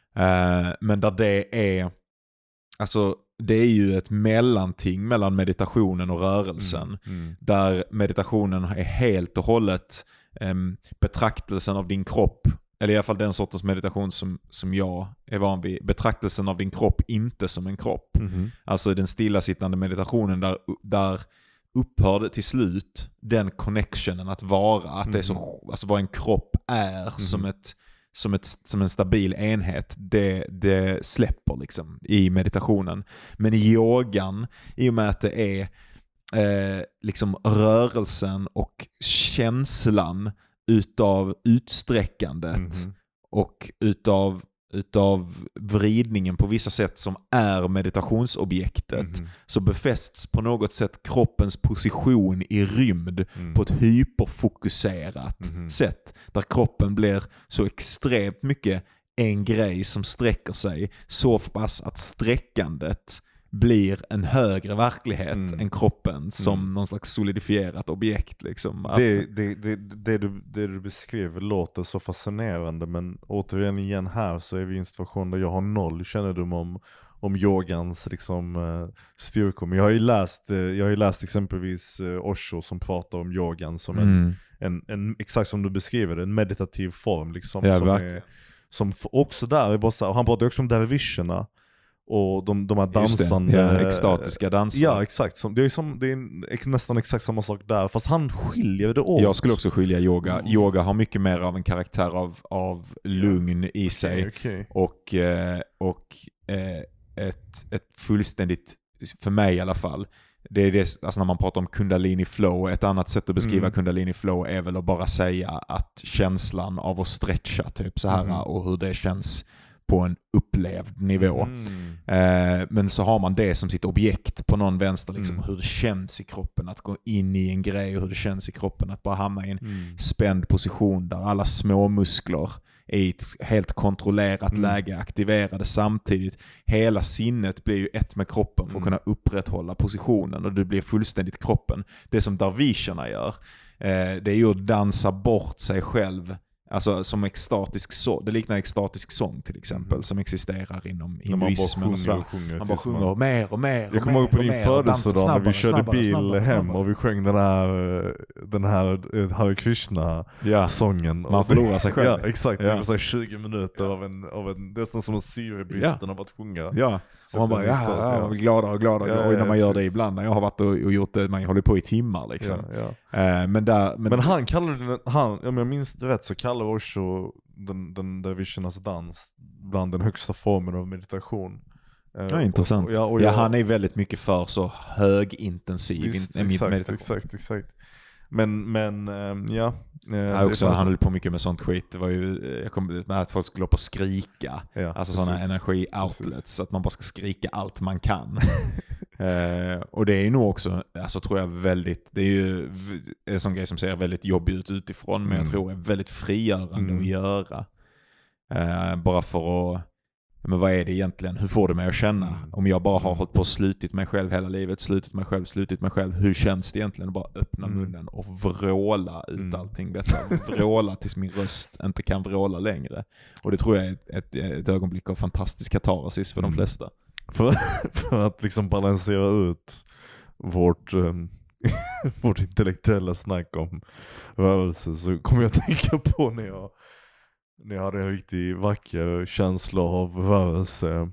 Mm. Uh, men där det är... Alltså... Det är ju ett mellanting mellan meditationen och rörelsen. Mm, mm. Där meditationen är helt och hållet um, betraktelsen av din kropp. Eller i alla fall den sortens meditation som, som jag är van vid. Betraktelsen av din kropp inte som en kropp. Mm. Alltså den stillasittande meditationen där, där upphör det till slut den connectionen att vara. Att mm. det är så, alltså vad en kropp är mm. som ett... Som, ett, som en stabil enhet, det, det släpper liksom i meditationen. Men i yogan, i och med att det är eh, liksom rörelsen och känslan utav utsträckandet mm-hmm. och utav utav vridningen på vissa sätt som är meditationsobjektet mm-hmm. så befästs på något sätt kroppens position i rymd mm. på ett hyperfokuserat mm-hmm. sätt. Där kroppen blir så extremt mycket en grej som sträcker sig så pass att sträckandet blir en högre verklighet mm. än kroppen som mm. någon slags solidifierat objekt. Liksom. Att... Det, det, det, det, du, det du beskriver låter så fascinerande, men återigen igen här så är vi i en situation där jag har noll kännedom om, om yogans liksom, uh, styrkor. Men jag har ju läst, uh, jag har ju läst exempelvis uh, Osho som pratar om yogan som mm. en, en, en, exakt som du beskriver, en meditativ form. Liksom, ja, som, är, som också där är bara så här, och han pratar också om dervischerna. Och de, de här dansande... Ja, extatiska danser. Ja, exakt. Som, det är, som, det är nästan exakt samma sak där. Fast han skiljer det åt. Jag skulle också skilja yoga. Yoga har mycket mer av en karaktär av, av lugn i sig. Okay, okay. Och, och ett, ett fullständigt, för mig i alla fall, det är det, alltså när man pratar om kundalini flow, ett annat sätt att beskriva mm. kundalini flow är väl att bara säga att känslan av att stretcha typ så här mm. och hur det känns på en upplevd nivå. Mm. Eh, men så har man det som sitt objekt på någon vänster, liksom, mm. hur det känns i kroppen att gå in i en grej och hur det känns i kroppen att bara hamna i en mm. spänd position där alla små muskler är i ett helt kontrollerat mm. läge aktiverade samtidigt. Hela sinnet blir ju ett med kroppen för att mm. kunna upprätthålla positionen och det blir fullständigt kroppen. Det som darvischerna gör, eh, det är ju att dansa bort sig själv. Alltså som extatisk sång. Det liknar extatisk sång till exempel mm. som existerar inom hinduismen. Man bara sjunger, man bara sjunger och mer och mer. Jag kommer ihåg på din födelsedag när vi körde snabbare, bil snabbare, hem snabbare. Och vi sjöng den här, den här Hare Krishna-sången. Ja. Man förlorar sig själv. Ja, exakt. Ja. Det var så tjugo minuter av en, av en det är nästan som en syrebristen ja. Av att sjunga. Ja, och man bara, ja, ja, man blir gladare och gladare. Ja, och när man ja, gör det ibland. När jag har varit och, och gjort det, man håller på i timmar liksom. Ja, ja. Uh, men, där, men, men han kallar det, han, om jag minns det rätt så kallar Osho den, den dervischernas dans bland den högsta formen av meditation. Ja, intressant. Och, och, ja, och jag, ja, han är väldigt mycket för så högintensiv visst, in, exakt, meditation. Exakt, exakt. Men, men ähm, ja. Jag också, han höll på mycket med sånt skit. Det var ju, jag kom med att folk skulle upp och skrika. Ja, alltså sådana energi-outlets. Att man bara ska skrika allt man kan. uh, och det är ju nog också, alltså tror jag väldigt, det är ju en sån grej som ser väldigt jobbig ut utifrån. Mm. Men jag tror är väldigt frigörande mm. att göra. Uh, bara för att, men vad är det egentligen? Hur får det mig att känna? Mm. Om jag bara har hållit på och slutit mig själv hela livet, slutit mig själv, slutit mig själv. Hur känns det egentligen att bara öppna mm. munnen och vråla ut mm. allting detta? Vråla tills min röst inte kan vråla längre. Och det tror jag är ett, ett, ett ögonblick av fantastisk katarsis för mm. de flesta. För, för att liksom balansera ut vårt, um, vårt intellektuella snack om rörelse så kommer jag att tänka på när jag När jag hade en riktigt vacker känsla av rörelse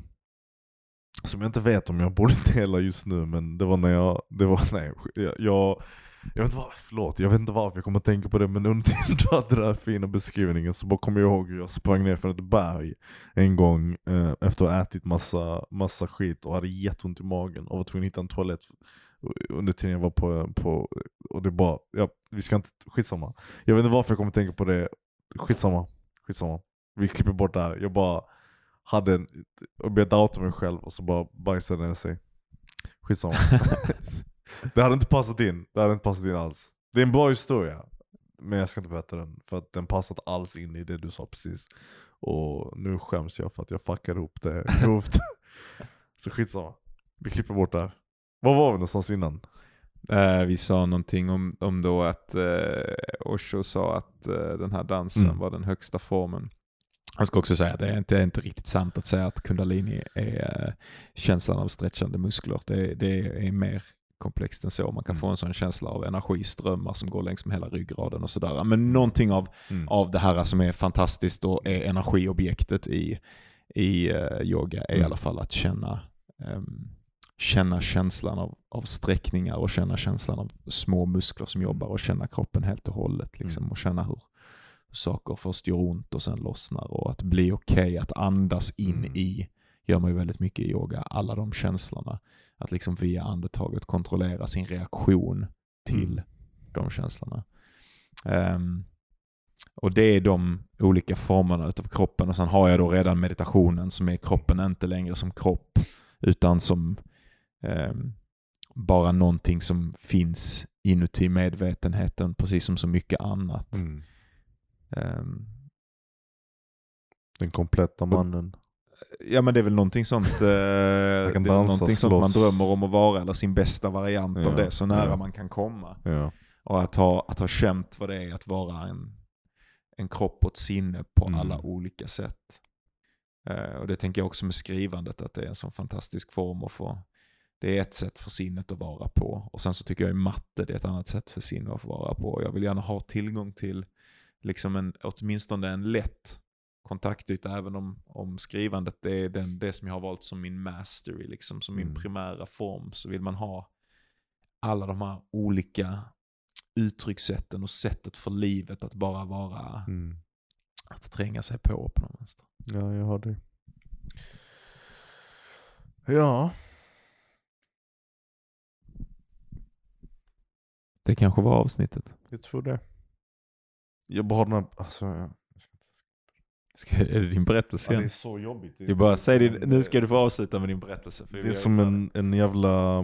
som jag inte vet om jag borde dela just nu, men det var när jag, det var nej, jag, jag, jag vet inte vad, förlåt, jag vet inte varför jag kommer att tänka på det, men under tiden du hade den där fina beskrivningen så bara kommer jag ihåg hur jag sprang ner för ett berg en gång eh, efter att ha ätit massa, massa skit och hade jätteont i magen och var tvungen att hitta en toalett under tiden jag var på, på och det bara, ja, vi ska inte, skitsamma. Jag vet inte varför jag kommer att tänka på det, skitsamma. Skitsamma. Vi klipper bort det här. Jag bara hade en, och började outa mig själv och så bara bajsade ner sig. Skitsamma. Det hade inte passat in. Det hade inte passat in alls. Det är en bra historia. Men jag ska inte berätta den. För att den passat alls in i det du sa precis. Och nu skäms jag för att jag fuckade ihop det grovt. Så skitsamma. Vi klipper bort det här. Var var vi någonstans innan? Uh, vi sa någonting om, om då att uh, Osho sa att uh, den här dansen mm. var den högsta formen. Jag ska också säga att det är inte, det är inte riktigt sant att säga att kundalini är uh, känslan av stretchande muskler. Det, det är mer komplext än så. Man kan mm. få en sån känsla av energiströmmar som går längs med hela ryggraden och sådär. Men någonting av, mm. av det här som är fantastiskt och är energiobjektet i, i uh, yoga är mm. i alla fall att känna um, känna känslan av, av sträckningar och känna känslan av små muskler som jobbar och känna kroppen helt och hållet liksom, mm. och känna hur saker först gör ont och sen lossnar och att bli okej okay, att andas in mm. i gör man ju väldigt mycket i yoga. Alla de känslorna. Att liksom via andetaget kontrollera sin reaktion till mm. de känslorna. Um, och det är de olika formerna utav kroppen. Och sen har jag då redan meditationen som är kroppen inte längre som kropp utan som um, bara någonting som finns inuti medvetenheten precis som så mycket annat. Mm. Um, Den kompletta mannen. Ja, men det är väl någonting sånt, eh, det är någonting sånt man drömmer om att vara, eller sin bästa variant ja, av det, så nära ja. man kan komma. Ja. Och att ha, att ha känt vad det är att vara en, en kropp och ett sinne på mm. alla olika sätt. Eh, och det tänker jag också med skrivandet, att det är en sån fantastisk form att få. Det är ett sätt för sinnet att vara på. Och sen så tycker jag i matte det är ett annat sätt för sinnet att få vara på. Jag vill gärna ha tillgång till liksom en, åtminstone en lätt kontaktyta, även om, om skrivandet det är den, det som jag har valt som min mastery, liksom, som min mm. primära form, så vill man ha alla de här olika uttryckssätten och sättet för livet att bara vara mm. att tränga sig på på någon vänster. Ja, jag har det. Ja. Det kanske var avsnittet. Jag tror det. Jag bara den här, alltså jag Ska, är det din berättelse igen? Ja, det är så jobbigt. Jag bara säger det, nu ska du få avsluta med din berättelse. För det är som en, en jävla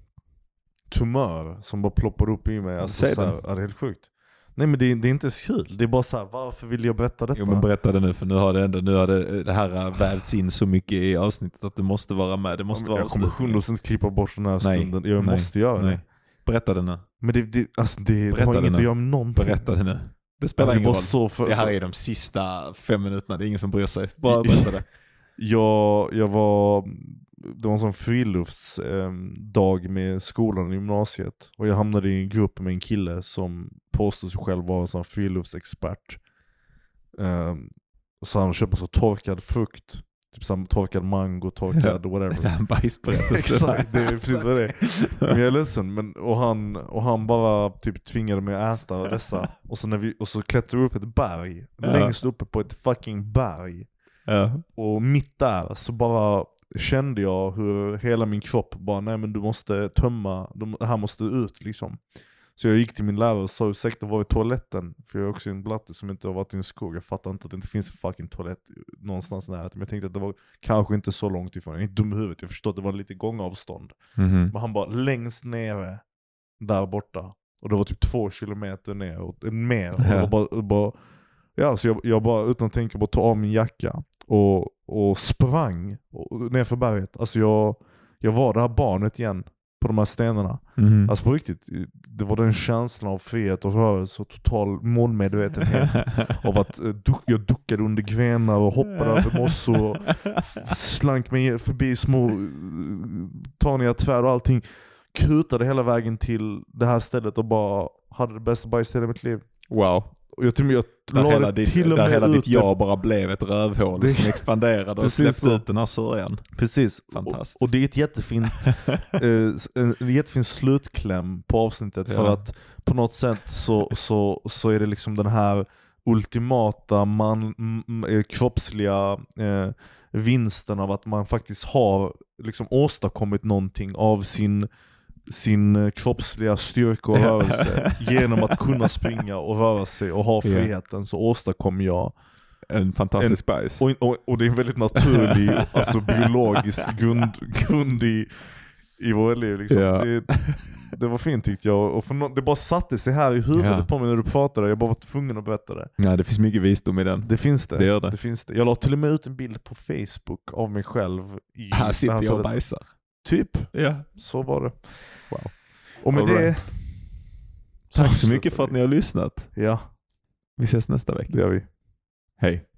tumör som bara ploppar upp i mig. Alltså, så här, ja, det är helt sjukt. Nej, men det, det är inte så kul. Det är bara så här, varför vill jag berätta detta? Jo, men berätta det nu, för nu har det ändå, nu har det, det här vävts in så mycket i avsnittet att du måste vara med. Det måste ja, vara jag kommer hundra procent klippa bort den här nej, stunden. Jag nej, måste göra nej. det. Berätta det nu. Men det, det, alltså det, det har inget att göra med någonting. Berätta det nu. Det spelar ingen roll. Så för, det här är de sista fem minuterna. Det är ingen som bryr sig. Bara berätta det. jag, jag var... Det var en sån friluftsdag eh, med skolan i gymnasiet. Och jag hamnade i en grupp med en kille som påstod sig själv vara en sån friluftsexpert. Eh, så han köpte så torkad frukt. Typ som torkad mango, torkad whatever. Det är en bajsberättelse. Exakt, det är precis vad det är. Men jag är ledsen. Men, och, han, och han bara typ tvingade mig att äta dessa. Och så, när vi, och så klättrade vi upp ett berg. Ja. Längst uppe på ett fucking berg. Ja. Och mitt där så bara kände jag hur hela min kropp bara, nej men du måste tömma, det här måste ut liksom. Så jag gick till min lärare och sa, ursäkta, var är toaletten? För jag är också en blatte som inte har varit i en skog. Jag fattar inte att det inte finns en fucking toalett någonstans nära. Men jag tänkte att det var kanske inte så långt ifrån. Jag är inte dum i huvudet, jag förstår att det var lite gångavstånd. Mm-hmm. Men han bara, längst nere där borta. Och det var typ två kilometer ner och mer. Och det var bara, bara, ja, så jag, jag bara utan att tänka bara ta av min jacka. Och, och sprang ner för berget. Alltså jag, jag var det här barnet igen på de här stenarna. Mm. Alltså på riktigt, det var den känslan av frihet och rörelse och total målmedvetenhet av att uh, duck, jag duckade under grenar och hoppade över mossor och slank mig förbi små uh, taniga träd och allting. Kutade hela vägen till det här stället och bara hade det bästa bajs i mitt liv. Wow. Och jag tror jag där hela, ditt, till och där med hela ditt det. jag bara blev ett rövhål det, som expanderade och släppte så. Ut den här sörjan. Precis. Fantastiskt. Och, och det är ett jättefint, eh, en jättefint slutkläm på avsnittet. Ja. För att på något sätt så, så, så är det liksom den här ultimata man, m, kroppsliga eh, vinsten av att man faktiskt har liksom åstadkommit någonting av sin sin kroppsliga styrka och rörelse genom att kunna springa och röra sig och ha friheten, så åstadkom jag en fantastisk bajs. Och, och, och det är en väldigt naturlig alltså biologisk grund, grund i, i vår liv liksom. Ja. det, det var fint tyckte jag, och för no, det bara satte sig här i huvudet ja. På mig när du pratade. Jag bara var tvungen att berätta det. Ja, det finns mycket visdom i den. Det finns det. Det gör det. Det finns det. Jag la till och med ut en bild på Facebook av mig själv i här sitter jag och bajsar. Typ. Ja, så var det. Wow. Och med All det... right. Tack så mycket för att ni har lyssnat. Ja. Vi ses nästa vecka. Det gör vi. Hej.